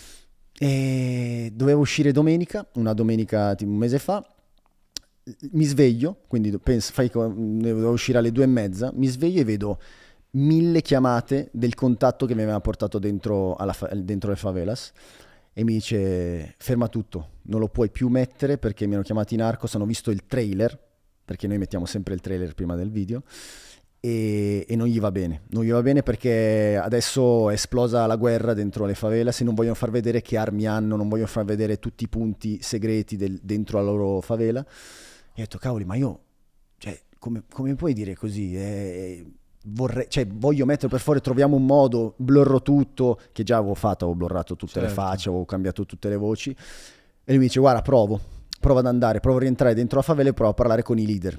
E doveva uscire una domenica tipo un mese fa. Mi sveglio, quindi doveva uscire alle 2:30, mi sveglio e vedo 1000 chiamate del contatto che mi aveva portato dentro le favelas. E mi dice ferma tutto, non lo puoi più mettere perché mi hanno chiamato i Narcos, hanno visto il trailer, perché noi mettiamo sempre il trailer prima del video, e non gli va bene. Non gli va bene perché adesso è esplosa la guerra dentro le favelas e non vogliono far vedere che armi hanno, non vogliono far vedere tutti i punti segreti dentro la loro favela. E ho detto, cavoli, ma io, cioè, come puoi dire così? Voglio mettere per fuori, troviamo un modo, blurro tutto, che già avevo fatto, avevo blurrato tutte le facce, avevo cambiato tutte le voci. E lui mi dice, guarda, prova ad andare, prova a rientrare dentro la favela e prova a parlare con i leader.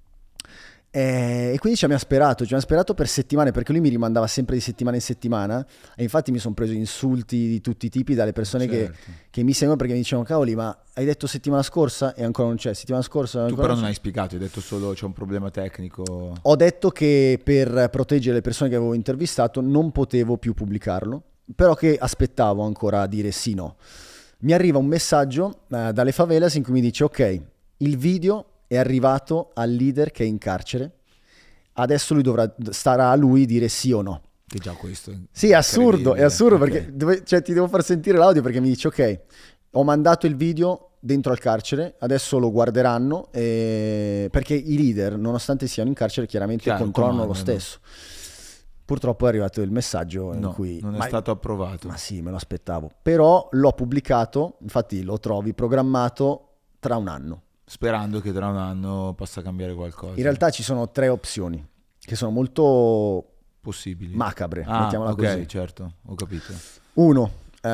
E quindi ci abbiamo sperato per settimane, perché lui mi rimandava sempre di settimana in settimana, e infatti mi sono preso insulti di tutti i tipi dalle persone che mi seguono, perché mi dicevano, cavoli, ma hai detto settimana scorsa e ancora non c'è, settimana scorsa ancora Tu però non non c'è. hai spiegato, hai detto solo c'è un problema tecnico. Ho detto che per proteggere le persone che avevo intervistato non potevo più pubblicarlo, però che aspettavo ancora a dire sì no. Mi arriva un messaggio dalle favelas in cui mi dice, ok, il video è arrivato al leader che è in carcere, adesso starà a lui dire sì o no. Che già questo Sì, è assurdo Ok. perché ti devo far sentire l'audio, perché mi dice, ok, ho mandato il video dentro al carcere, adesso lo guarderanno, perché i leader, nonostante siano in carcere, chiaramente Chiaro, controllano lo comandano. stesso. Purtroppo è arrivato il messaggio in No, cui... non è stato approvato. Ma sì, me lo aspettavo. Però l'ho pubblicato, infatti lo trovi programmato tra un anno. Sperando che tra un anno possa cambiare qualcosa. In realtà ci sono 3 opzioni, che sono molto Possibili. macabre, Ah, mettiamola ok, così. certo, ho capito. Uno,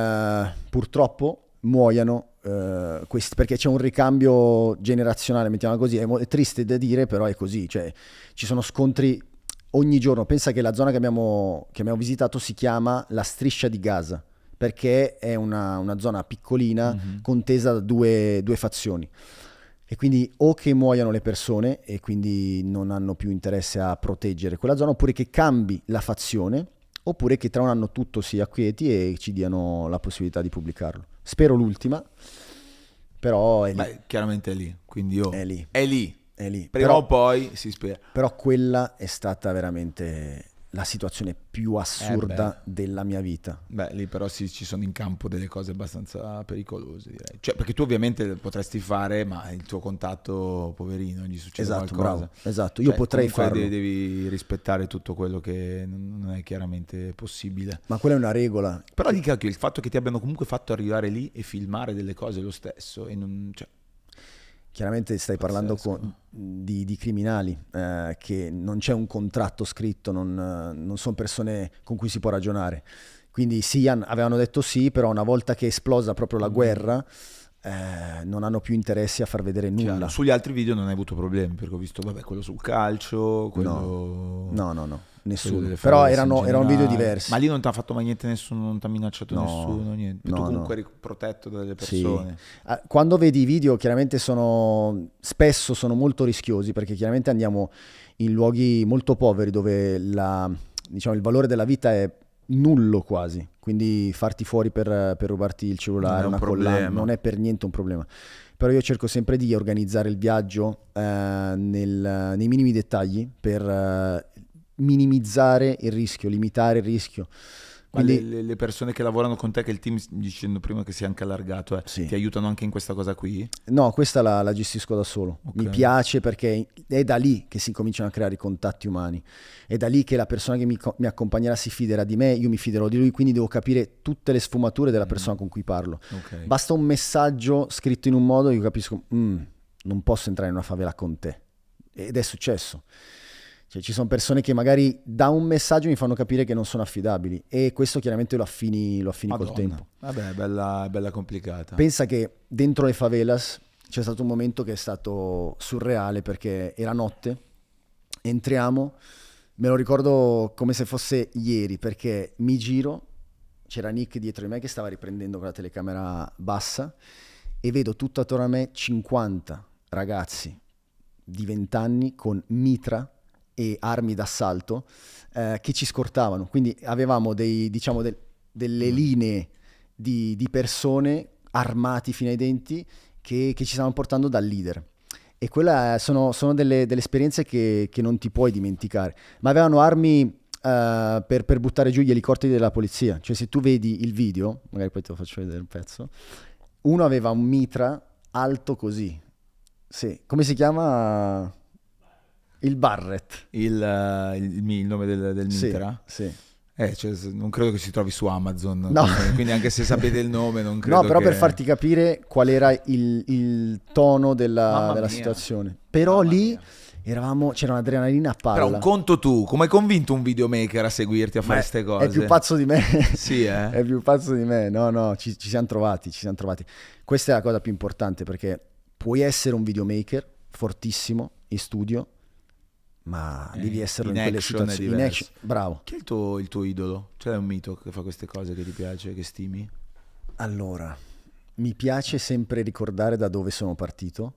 purtroppo muoiano questi, perché c'è un ricambio generazionale, mettiamola così. È triste da dire, però è così. Cioè, ci sono scontri ogni giorno. Pensa che la zona che abbiamo visitato si chiama la Striscia di Gaza, perché è una zona piccolina contesa da due fazioni. E quindi o che muoiano le persone e quindi non hanno più interesse a proteggere quella zona, oppure che cambi la fazione, oppure che tra un anno tutto si acquieti e ci diano la possibilità di pubblicarlo. Spero l'ultima, però è lì. Beh, chiaramente è lì, quindi È lì. È lì. È lì. Prima o poi si spera. Però quella è stata veramente la situazione più assurda della mia vita. Beh, lì però ci sono in campo delle cose abbastanza pericolose, direi. Cioè, perché tu ovviamente potresti fare, ma il tuo contatto, poverino, gli succede Esatto, qualcosa. bravo. Esatto, io potrei comunque farlo. Devi rispettare tutto quello che non è chiaramente possibile. Ma quella è una regola. Però dica che il fatto che ti abbiano comunque fatto arrivare lì e filmare delle cose lo stesso, e non, cioè, Chiaramente stai parlando di criminali, che non c'è un contratto scritto, non sono persone con cui si può ragionare. Quindi sì, avevano detto sì, però una volta che è esplosa proprio la guerra, non hanno più interessi a far vedere nulla. chiaro. Sugli altri video non hai avuto problemi, perché ho visto, vabbè, quello sul calcio, quello... No, nessuno. delle Però favelas in erano video generale. diversi. Ma lì non ti ha fatto mai niente nessuno, non ti ha minacciato No, nessuno, niente. no, Tu comunque no. eri protetto dalle Sì. persone. Quando vedi i video, chiaramente spesso sono molto rischiosi, perché chiaramente andiamo in luoghi molto poveri dove il valore della vita è nullo quasi, quindi farti fuori per rubarti il cellulare, Non è un una collana, problema. non è per niente un problema. Però io cerco sempre di organizzare il viaggio nei minimi dettagli per minimizzare il rischio, limitare il rischio. Ma Quindi le persone che lavorano con te, che il team, dicendo prima che si è anche allargato, Sì. ti aiutano anche in questa cosa qui? no, questa la gestisco da solo. Ok. Mi piace perché è da lì che si cominciano a creare i contatti umani. È da lì che la persona che mi accompagnerà si fiderà di me, io mi fiderò di lui, quindi devo capire tutte le sfumature della persona con cui parlo. Ok. Basta un messaggio scritto in un modo, io capisco, non posso entrare in una favela con te. Ed è successo. Cioè, ci sono persone che magari da un messaggio mi fanno capire che non sono affidabili, e questo chiaramente lo affini col Madonna. tempo. Vabbè, è bella complicata. Pensa che dentro le favelas c'è stato un momento che è stato surreale, perché era notte, entriamo, me lo ricordo come se fosse ieri, perché mi giro, c'era Nick dietro di me che stava riprendendo con la telecamera bassa, e vedo tutto attorno a me 50 ragazzi di 20 anni con mitra e armi d'assalto che ci scortavano. Quindi avevamo delle linee di persone armati fino ai denti che ci stavano portando dal leader. E quella sono delle esperienze che non ti puoi dimenticare. Ma avevano armi per buttare giù gli elicotteri della polizia. Cioè, se tu vedi il video, magari poi te lo faccio vedere un pezzo, uno aveva un mitra alto così. Sì. Come si chiama? Il Barrett. il nome del Sì, Mitra? sì. Cioè, non credo che si trovi su Amazon, No. quindi anche se sapete il nome non credo No, però che... per farti capire qual era il tono Mamma della mia. situazione. Però Mamma lì mia. c'era un'adrenalina a Però palla. un conto tu, come hai convinto un videomaker a seguirti a fare Ma queste cose? È più pazzo di me. Sì, È più pazzo di me. No, ci siamo trovati, ci siamo trovati. Questa è la cosa più importante, perché puoi essere un videomaker fortissimo in studio, ma devi esserlo in in quelle action è situazioni. diverso. Bravo. Chi è il tuo idolo? C'è un mito che fa queste cose che ti piace, che stimi? Allora, mi piace sempre ricordare da dove sono partito.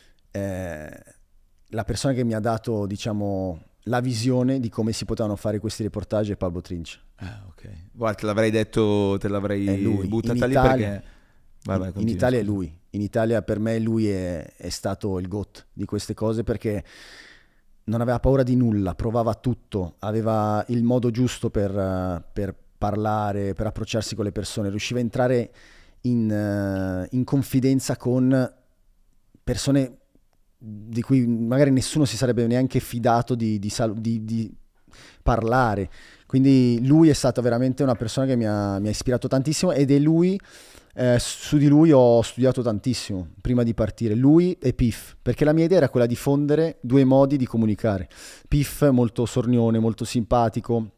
La persona che mi ha dato, diciamo, la visione di come si potevano fare questi reportage è Pablo Trinch. Ok. Guarda, te l'avrei detto, te l'avrei È lui. buttata In lì Italia- perché... Vai, in continua, Italia è scusa. lui. In Italia per me lui è stato il GOAT di queste cose, perché non aveva paura di nulla, provava tutto, aveva il modo giusto per parlare, per approcciarsi con le persone, riusciva a entrare in confidenza con persone di cui magari nessuno si sarebbe neanche fidato di parlare. Quindi lui è stata veramente una persona che mi ha ispirato tantissimo, ed è lui, su di lui ho studiato tantissimo prima di partire, lui e Piff, perché la mia idea era quella di fondere due modi di comunicare. Piff molto sornione, molto simpatico,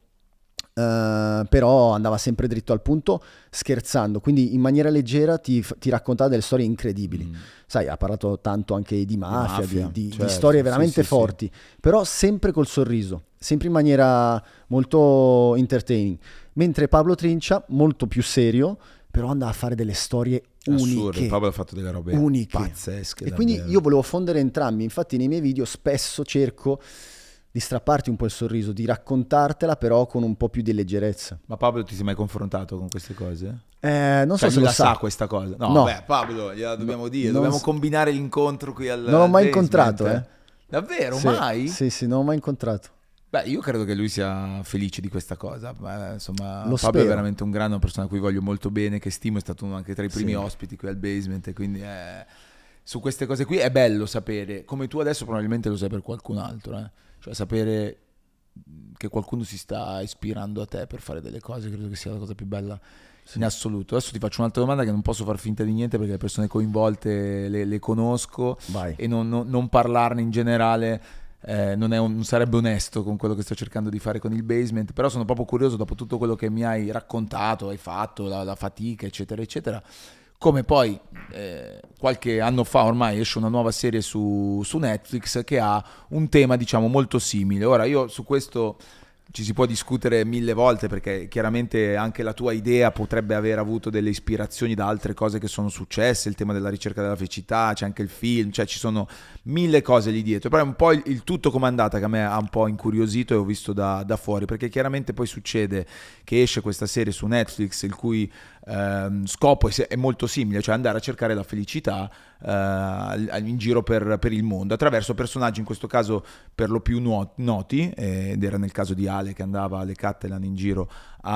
però andava sempre dritto al punto, scherzando, quindi in maniera leggera ti raccontava delle storie incredibili. Sai, ha parlato tanto anche di mafia, di certo, storie sì, veramente sì, forti, però sempre col sorriso, sempre in maniera molto entertaining. Mentre Pablo Trincia, molto più serio, però andava a fare delle storie Assurdo, uniche. Pablo ha fatto delle robe Uniche. pazzesche. E quindi davvero. io volevo fondere entrambi. Infatti nei miei video spesso cerco di strapparti un po' il sorriso, di raccontartela però con un po' più di leggerezza. Ma Pablo ti sei mai confrontato con queste cose? Non so Cioè, se lui lo la sa sa. questa cosa. No, No. beh, Pablo, gliela dobbiamo dire. non Dobbiamo s- combinare l'incontro qui al Non l'ho mai basement. incontrato, Davvero? Sì, Mai? Sì, non l'ho mai incontrato. Beh, io credo che lui sia felice di questa cosa. Insomma, Lo Pablo spero. è veramente un grande, una persona a cui voglio molto bene, che stimo, è stato uno anche tra i primi Sì. ospiti qui al basement. E quindi su queste cose qui è bello sapere, come tu adesso probabilmente lo sai per qualcun altro, cioè sapere che qualcuno si sta ispirando a te per fare delle cose, credo che sia la cosa più bella in assoluto. Adesso ti faccio un'altra domanda che non posso far finta di niente perché le persone coinvolte le conosco. Vai. E non parlarne in generale non sarebbe onesto con quello che sto cercando di fare con il basement, però sono proprio curioso, dopo tutto quello che mi hai raccontato, hai fatto, la fatica eccetera eccetera, come poi qualche anno fa ormai esce una nuova serie su Netflix che ha un tema diciamo molto simile. Ora io su questo ci si può discutere mille volte perché chiaramente anche la tua idea potrebbe aver avuto delle ispirazioni da altre cose che sono successe, il tema della ricerca della felicità, c'è anche il film, cioè ci sono mille cose lì dietro, però è un po' il tutto com'è andata che a me ha un po' incuriosito e ho visto da fuori, perché chiaramente poi succede che esce questa serie su Netflix il cui scopo è molto simile, cioè andare a cercare la felicità in giro per il mondo attraverso personaggi, in questo caso per lo più noti, ed era nel caso di Ale che andava alle Cattelan in giro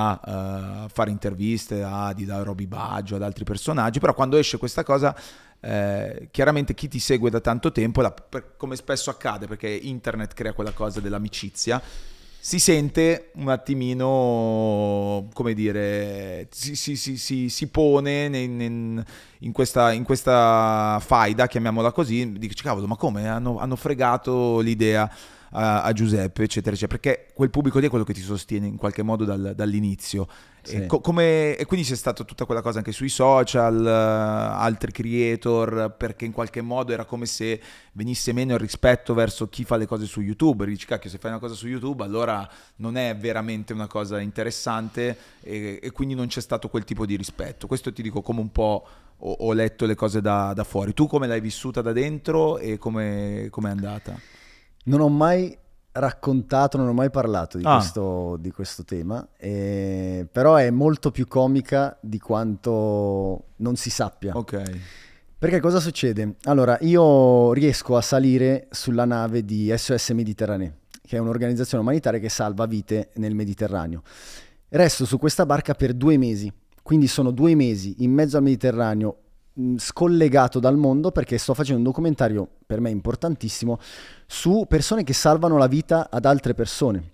a fare interviste a Roby Baggio, ad altri personaggi. Però quando esce questa cosa chiaramente chi ti segue da tanto tempo, come spesso accade perché internet crea quella cosa dell'amicizia, si sente un attimino, come dire, si pone in questa faida, chiamiamola così, dici cavolo, ma come hanno fregato l'idea a Giuseppe, eccetera, eccetera, perché quel pubblico lì è quello che ti sostiene in qualche modo dall'inizio. Sì. E quindi c'è stata tutta quella cosa anche sui social, altri creator, perché in qualche modo era come se venisse meno il rispetto verso chi fa le cose su YouTube. Dici, cacchio, se fai una cosa su YouTube allora non è veramente una cosa interessante, e quindi non c'è stato quel tipo di rispetto. Questo ti dico come un po' ho letto le cose da fuori. Tu come l'hai vissuta da dentro e come è andata? Non ho mai raccontato, non ho mai parlato di questo tema, però è molto più comica di quanto non si sappia. Ok. Perché cosa succede? Allora, io riesco a salire sulla nave di SOS Mediterranee, che è un'organizzazione umanitaria che salva vite nel Mediterraneo. Resto su questa barca per 2 mesi, quindi sono 2 mesi in mezzo al Mediterraneo, scollegato dal mondo perché sto facendo un documentario per me importantissimo su persone che salvano la vita ad altre persone.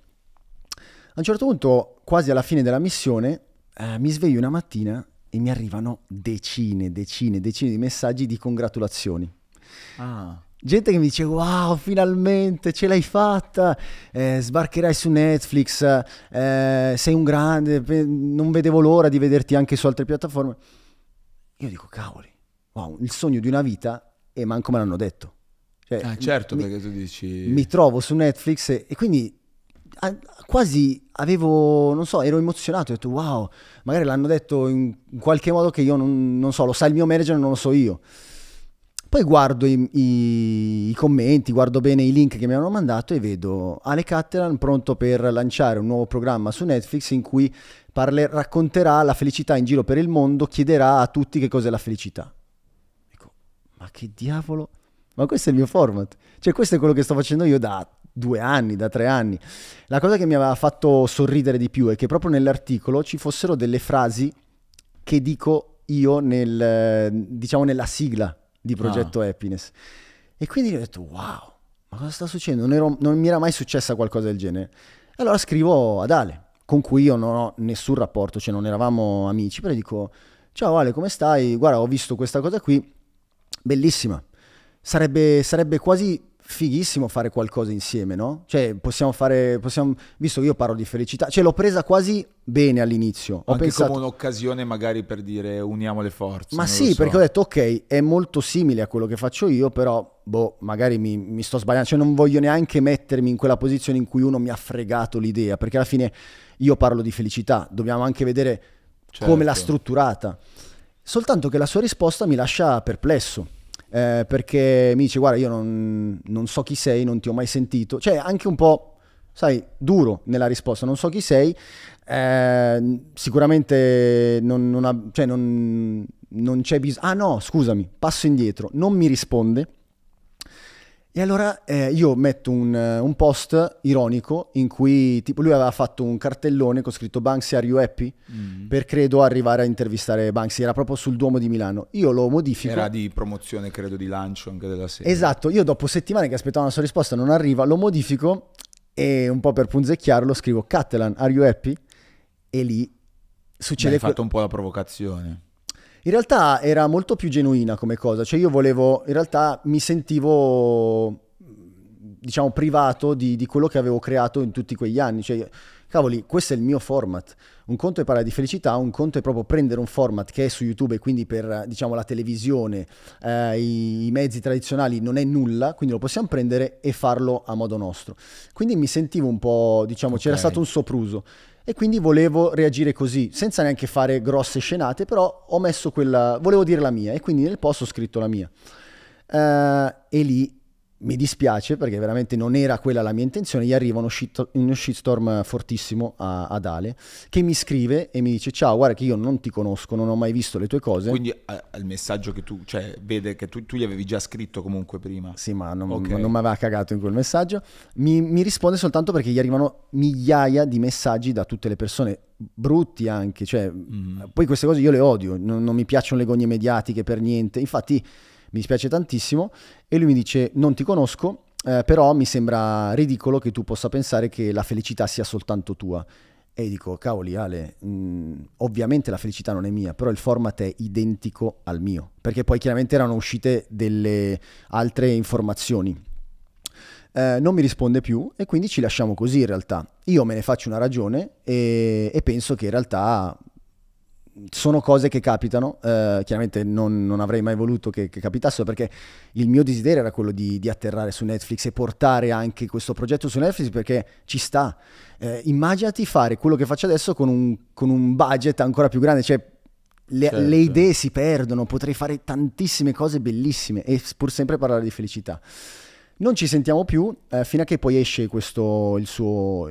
A un certo punto, quasi alla fine della missione, mi sveglio una mattina e mi arrivano decine di messaggi di congratulazioni. Gente che mi dice: wow, finalmente ce l'hai fatta, sbarcherai su Netflix, sei un grande, non vedevo l'ora di vederti anche su altre piattaforme. Io dico: cavoli, wow, il sogno di una vita, e manco me l'hanno detto. Cioè, Certo, perché tu dici... mi trovo su Netflix e quindi quasi avevo, non so, ero emozionato, ho detto: wow, magari l'hanno detto in qualche modo che io non so, lo sa il mio manager, non lo so io. Poi guardo i commenti, guardo bene i link che mi hanno mandato e vedo Ale Cattelan pronto per lanciare un nuovo programma su Netflix in cui racconterà la felicità in giro per il mondo, chiederà a tutti che cos'è la felicità. Dico: ma che diavolo? Ma questo è il mio format. Cioè, questo è quello che sto facendo io da 2 anni, da 3 anni. La cosa che mi aveva fatto sorridere di più è che proprio nell'articolo ci fossero delle frasi che dico io diciamo nella sigla di Progetto Happiness. E quindi ho detto: wow, ma cosa sta succedendo? Non mi era mai successa qualcosa del genere. E allora scrivo ad Ale, con cui io non ho nessun rapporto, cioè non eravamo amici, però dico: ciao Ale, come stai? Guarda, ho visto questa cosa qui, bellissima. Sarebbe quasi fighissimo fare qualcosa insieme, no? Cioè possiamo, visto che io parlo di felicità, cioè l'ho presa quasi bene all'inizio. Ho Anche pensato, come un'occasione magari per dire uniamo le forze. ma non sì, lo so. perché ho detto: ok, è molto simile a quello che faccio io, però magari mi sto sbagliando, cioè non voglio neanche mettermi in quella posizione in cui uno mi ha fregato l'idea, perché alla fine io parlo di felicità, dobbiamo anche vedere come l'ha strutturata. Soltanto che la sua risposta mi lascia perplesso. Perché mi dice: guarda, io non so chi sei, non ti ho mai sentito, cioè anche un po', sai, duro nella risposta, non so chi sei, sicuramente non c'è bisogno, ah no, scusami, passo indietro, non mi risponde. E allora io metto un post ironico in cui tipo lui aveva fatto un cartellone con scritto "Banksy, are you happy?" per credo arrivare a intervistare Banksy, era proprio sul Duomo di Milano. Io lo modifico. Era di promozione, credo, di lancio anche della serie. Esatto, io dopo settimane che aspettavo una sua risposta non arriva, lo modifico e un po' per punzecchiarlo scrivo "Cattelan, are you happy?" E lì succede... Hai fatto un po' la provocazione. In realtà era molto più genuina come cosa, cioè io volevo, in realtà mi sentivo, diciamo, privato di quello che avevo creato in tutti quegli anni, cioè cavoli, questo è il mio format, un conto è parlare di felicità, un conto è proprio prendere un format che è su YouTube e quindi per, diciamo, la televisione, i mezzi tradizionali non è nulla, quindi lo possiamo prendere e farlo a modo nostro. Quindi mi sentivo un po', diciamo, c'era stato un sopruso. E quindi volevo reagire così, senza neanche fare grosse scenate, però ho messo quella, volevo dire la mia, e quindi nel post ho scritto la mia. E lì mi dispiace, perché veramente non era quella la mia intenzione, gli arriva uno shitstorm fortissimo ad Ale, che mi scrive e mi dice: ciao, guarda che io non ti conosco, non ho mai visto le tue cose. Quindi il messaggio che tu, cioè vede che tu gli avevi già scritto comunque prima. Sì, ma non mi aveva cagato in quel messaggio. Mi risponde soltanto perché gli arrivano migliaia di messaggi da tutte le persone, brutti anche, cioè poi queste cose io le odio, non mi piacciono le gogne mediatiche per niente, infatti mi dispiace tantissimo. E lui mi dice: non ti conosco, però mi sembra ridicolo che tu possa pensare che la felicità sia soltanto tua. E dico: cavoli Ale, ovviamente la felicità non è mia, però il format è identico al mio, perché poi chiaramente erano uscite delle altre informazioni. Non mi risponde più e quindi ci lasciamo così. In realtà io me ne faccio una ragione e penso che in realtà sono cose che capitano. Chiaramente non avrei mai voluto che capitassero, perché il mio desiderio era quello di atterrare su Netflix e portare anche questo progetto su Netflix, perché ci sta. Immaginati fare quello che faccio adesso con un budget ancora più grande, cioè le idee si perdono, potrei fare tantissime cose bellissime e pur sempre parlare di felicità. Non ci sentiamo più fino a che poi esce il suo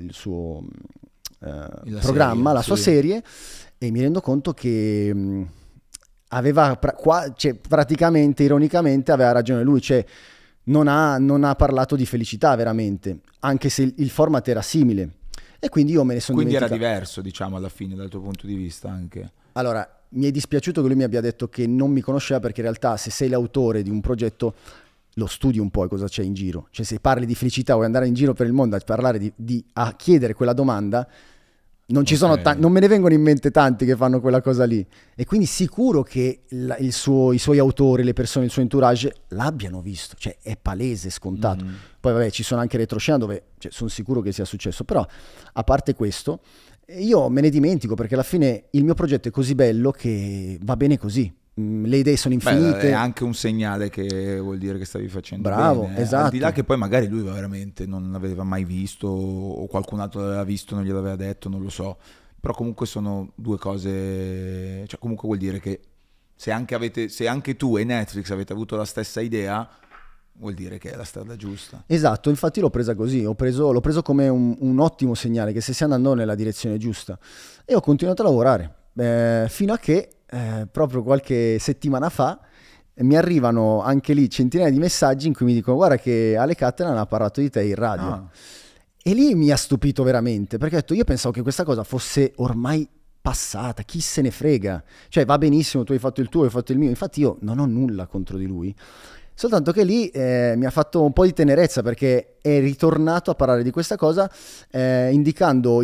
programma, serie, la sua serie, e mi rendo conto che aveva praticamente, ironicamente, aveva ragione lui, cioè non ha parlato di felicità veramente, anche se il format era simile. E quindi io me ne sono Quindi era dimenticato. diverso, diciamo, alla fine dal tuo punto di vista anche. Allora, mi è dispiaciuto che lui mi abbia detto che non mi conosceva, perché in realtà se sei l'autore di un progetto lo studi un po' cosa c'è in giro. Cioè se parli di felicità, vuoi andare in giro per il mondo a parlare a chiedere quella domanda, non ci sono non me ne vengono in mente tanti che fanno quella cosa lì. E quindi sicuro che i suoi autori, le persone, il suo entourage l'abbiano visto. Cioè è palese, scontato. Poi vabbè, ci sono anche retroscena dove sono sicuro che sia successo. Però a parte questo, io me ne dimentico, perché alla fine il mio progetto è così bello che va bene così. Le idee sono infinite. Beh, è anche un segnale che vuol dire che stavi facendo bravo, bene. esatto. Al di là che poi magari lui veramente non l'aveva mai visto, o qualcun altro l'aveva visto e non gliel'aveva detto, non lo so. Però comunque sono due cose, cioè comunque vuol dire che se anche tu e Netflix avete avuto la stessa idea, vuol dire che è la strada giusta. Esatto, infatti l'ho presa così, l'ho preso come un ottimo segnale che stai andando nella direzione giusta, e ho continuato a lavorare fino a che proprio qualche settimana fa mi arrivano anche lì centinaia di messaggi in cui mi dicono: guarda che Ale Cattelan ha parlato di te in radio. E lì mi ha stupito veramente, perché ho detto, io pensavo che questa cosa fosse ormai passata, chi se ne frega, cioè va benissimo, tu hai fatto il tuo, hai fatto il mio, infatti io non ho nulla contro di lui. Soltanto che lì mi ha fatto un po' di tenerezza, perché è ritornato a parlare di questa cosa indicando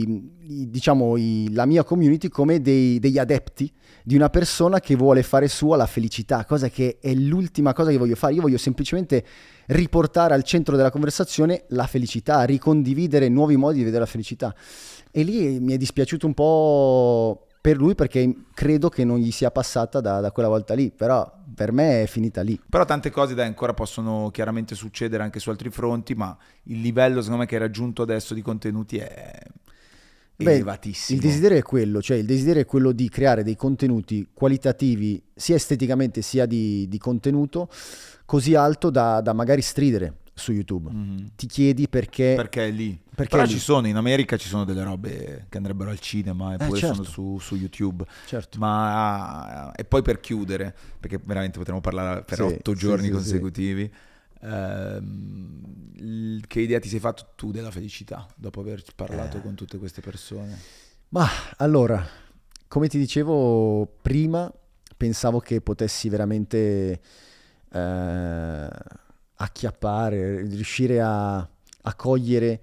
la mia community come degli adepti di una persona che vuole fare sua la felicità, cosa che è l'ultima cosa che voglio fare. Io voglio semplicemente riportare al centro della conversazione la felicità, ricondividere nuovi modi di vedere la felicità. E lì mi è dispiaciuto un po' per lui, perché credo che non gli sia passata da quella volta lì, però per me è finita lì. Però tante cose ancora possono chiaramente succedere anche su altri fronti, ma il livello secondo me che hai raggiunto adesso di contenuti è elevatissimo. Il desiderio è quello, cioè il desiderio è quello di creare dei contenuti qualitativi, sia esteticamente sia di contenuto, così alto da magari stridere su YouTube. Ti chiedi perché è lì. Perché però è lì. ci sono, in America ci sono delle robe che andrebbero al cinema, eppure certo. sono su YouTube. Certo. Ma e poi per chiudere, perché veramente potremmo parlare per 8 giorni consecutivi. Che idea ti sei fatto tu della felicità dopo aver parlato con tutte queste persone? Ma allora, come ti dicevo prima, pensavo che potessi veramente acchiappare, riuscire a cogliere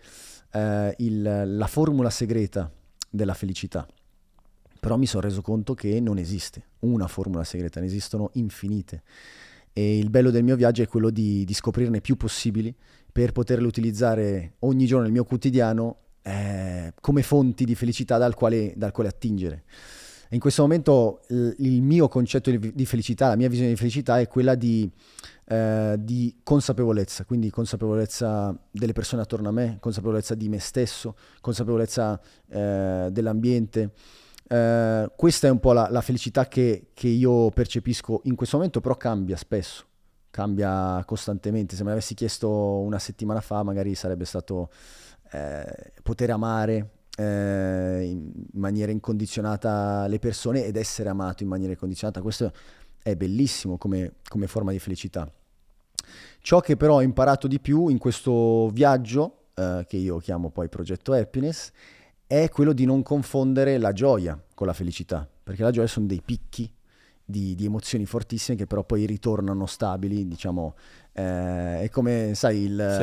la formula segreta della felicità. Però mi sono reso conto che non esiste una formula segreta, ne esistono infinite. E il bello del mio viaggio è quello di scoprirne più possibili per poterle utilizzare ogni giorno nel mio quotidiano come fonti di felicità dal quale attingere. E in questo momento il mio concetto di felicità, la mia visione di felicità è quella di consapevolezza, quindi consapevolezza delle persone attorno a me, consapevolezza di me stesso, consapevolezza dell'ambiente. Questa è un po' la felicità che io percepisco in questo momento, però cambia spesso, cambia costantemente. Se me l'avessi chiesto una settimana fa, magari sarebbe stato poter amare in maniera incondizionata le persone ed essere amato in maniera incondizionata. Questo è bellissimo come forma di felicità. Ciò che però ho imparato di più in questo viaggio, che io chiamo poi Progetto Happiness, è quello di non confondere la gioia con la felicità, perché la gioia sono dei picchi di emozioni fortissime che però poi ritornano stabili, diciamo, è come, sai,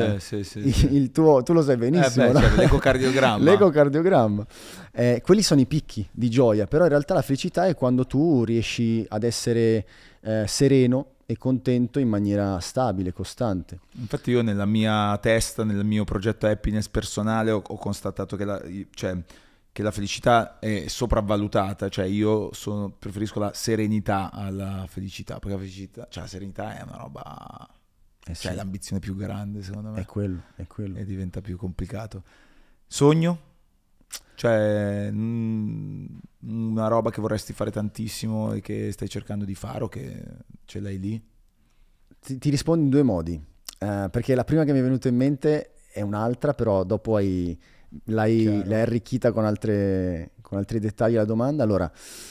il tuo, tu lo sai benissimo, no? Cioè, l'ecocardiogramma. L'ecocardiogramma. Quelli sono i picchi di gioia, però in realtà la felicità è quando tu riesci ad essere sereno e contento in maniera stabile, costante. Infatti io nella mia testa, nel mio progetto happiness personale ho constatato che la felicità è sopravvalutata, cioè io preferisco la serenità alla felicità, perché la serenità è una roba, cioè è l'ambizione più grande secondo me. È quello. E diventa più complicato. Sogno? Cioè una roba che vorresti fare tantissimo e che stai cercando di fare o che ce l'hai lì? Ti rispondo in due modi, perché la prima che mi è venuta in mente è un'altra, però dopo l'hai arricchita con altri dettagli alla domanda. Allora,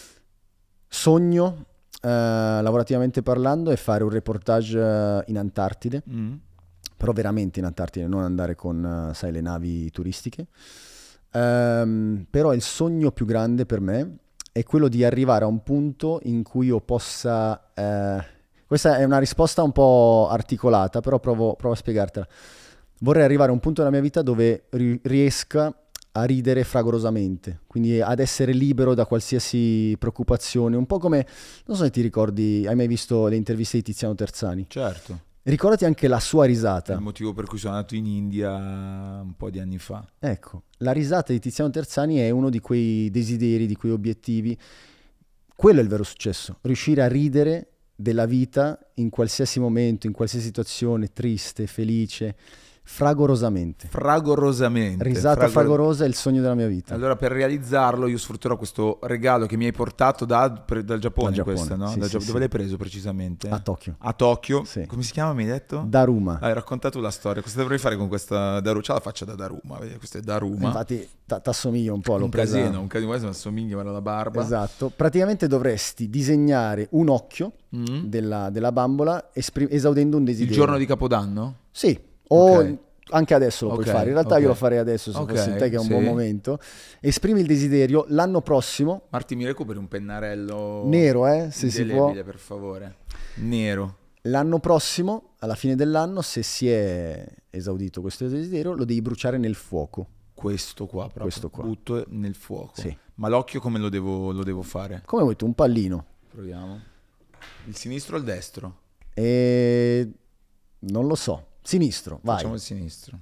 sogno, lavorativamente parlando, è fare un reportage in Antartide, però veramente in Antartide, non andare con, sai, le navi turistiche. Però il sogno più grande per me è quello di arrivare a un punto in cui io possa... questa è una risposta un po' articolata, però provo a spiegartela. Vorrei arrivare a un punto della mia vita dove riesca a ridere fragorosamente, quindi ad essere libero da qualsiasi preoccupazione, un po' come, non so se ti ricordi, hai mai visto le interviste di Tiziano Terzani? Certo. Ricordati anche la sua È risata. il motivo per cui sono andato in India un po' di anni fa. Ecco, la risata di Tiziano Terzani è uno di quei desideri, di quei obiettivi. Quello è il vero successo, riuscire a ridere della vita in qualsiasi momento, in qualsiasi situazione, triste, felice, fragorosamente. Fragorosamente. Risata fragorosa è il sogno della mia vita. Allora, per realizzarlo, io sfrutterò questo regalo che mi hai portato dal Giappone, Dal questa, Giappone, no? sì, sì, Dove sì. l'hai preso precisamente? A Tokyo. A Tokyo. Sì. Come si chiama, mi hai detto? Daruma. Hai raccontato la storia. Cosa dovrei fare con questa Daruma? C'ha la faccia da Daruma, vedi? Questa è Daruma. Infatti t'assomiglia un po', l'ho un presa... casino, ma assomiglia, guarda la barba. Esatto, praticamente dovresti disegnare un occhio della bambola esaudendo un Il desiderio. giorno di Capodanno? Sì, o Ok. anche adesso lo puoi Ok, fare. In realtà ok. io lo farei adesso se Ok, fossi in te, che è un sì. buon momento. Esprimi il desiderio l'anno prossimo, Marti, mi recuperi un pennarello nero, se si può. indelebile, per favore. Nero. L'anno prossimo, alla fine dell'anno, se si è esaudito questo desiderio, lo devi bruciare nel fuoco. Questo qua proprio. Questo qua. Butto nel fuoco. Sì. Ma l'occhio come lo devo fare? Come vuoi tu, un pallino. Proviamo. Il sinistro o il destro? E... non lo so. Sinistro, vai. Facciamo il sinistro.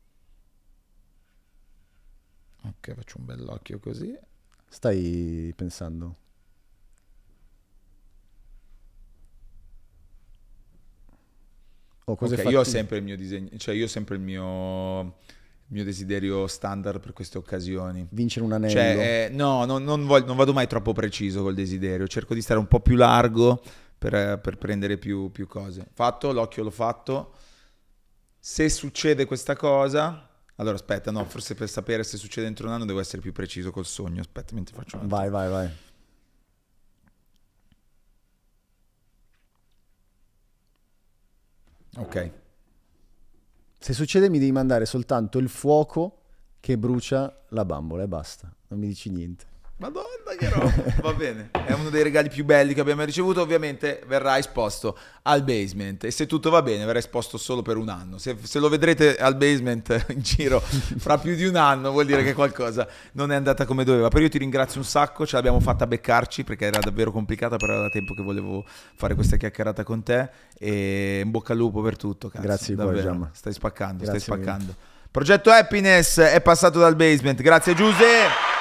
Ok, faccio un bell'occhio così. Stai pensando? O cose Ok, io ho fatti- sempre il mio disegno, cioè io ho sempre il mio desiderio standard per queste occasioni. Vincere un anello. Cioè, no, non vado mai troppo preciso col desiderio, cerco di stare un po' più largo per prendere più cose. Fatto, l'occhio l'ho fatto. Se succede questa cosa, allora aspetta, no, forse per sapere se succede entro un anno devo essere più preciso col sogno. Aspetta, mentre faccio un attimo. Vai. Ok. Se succede mi devi mandare soltanto il fuoco che brucia la bambola e basta. Non mi dici niente. Madonna, che roba. Va bene. È uno dei regali più belli che abbiamo ricevuto. Ovviamente verrà esposto al basement. E se tutto va bene, verrà esposto solo per un anno. Se lo vedrete al basement in giro fra più di un anno, vuol dire che qualcosa non è andata come doveva. Però io ti ringrazio un sacco. Ce l'abbiamo fatta a beccarci perché era davvero complicata. Però era da tempo che volevo fare questa chiacchierata con te. E in bocca al lupo per tutto. Cazzo, Grazie di cuore, davvero. Giamma. Stai spaccando, Grazie stai spaccando. Progetto Happiness è passato dal basement. Grazie Giuse.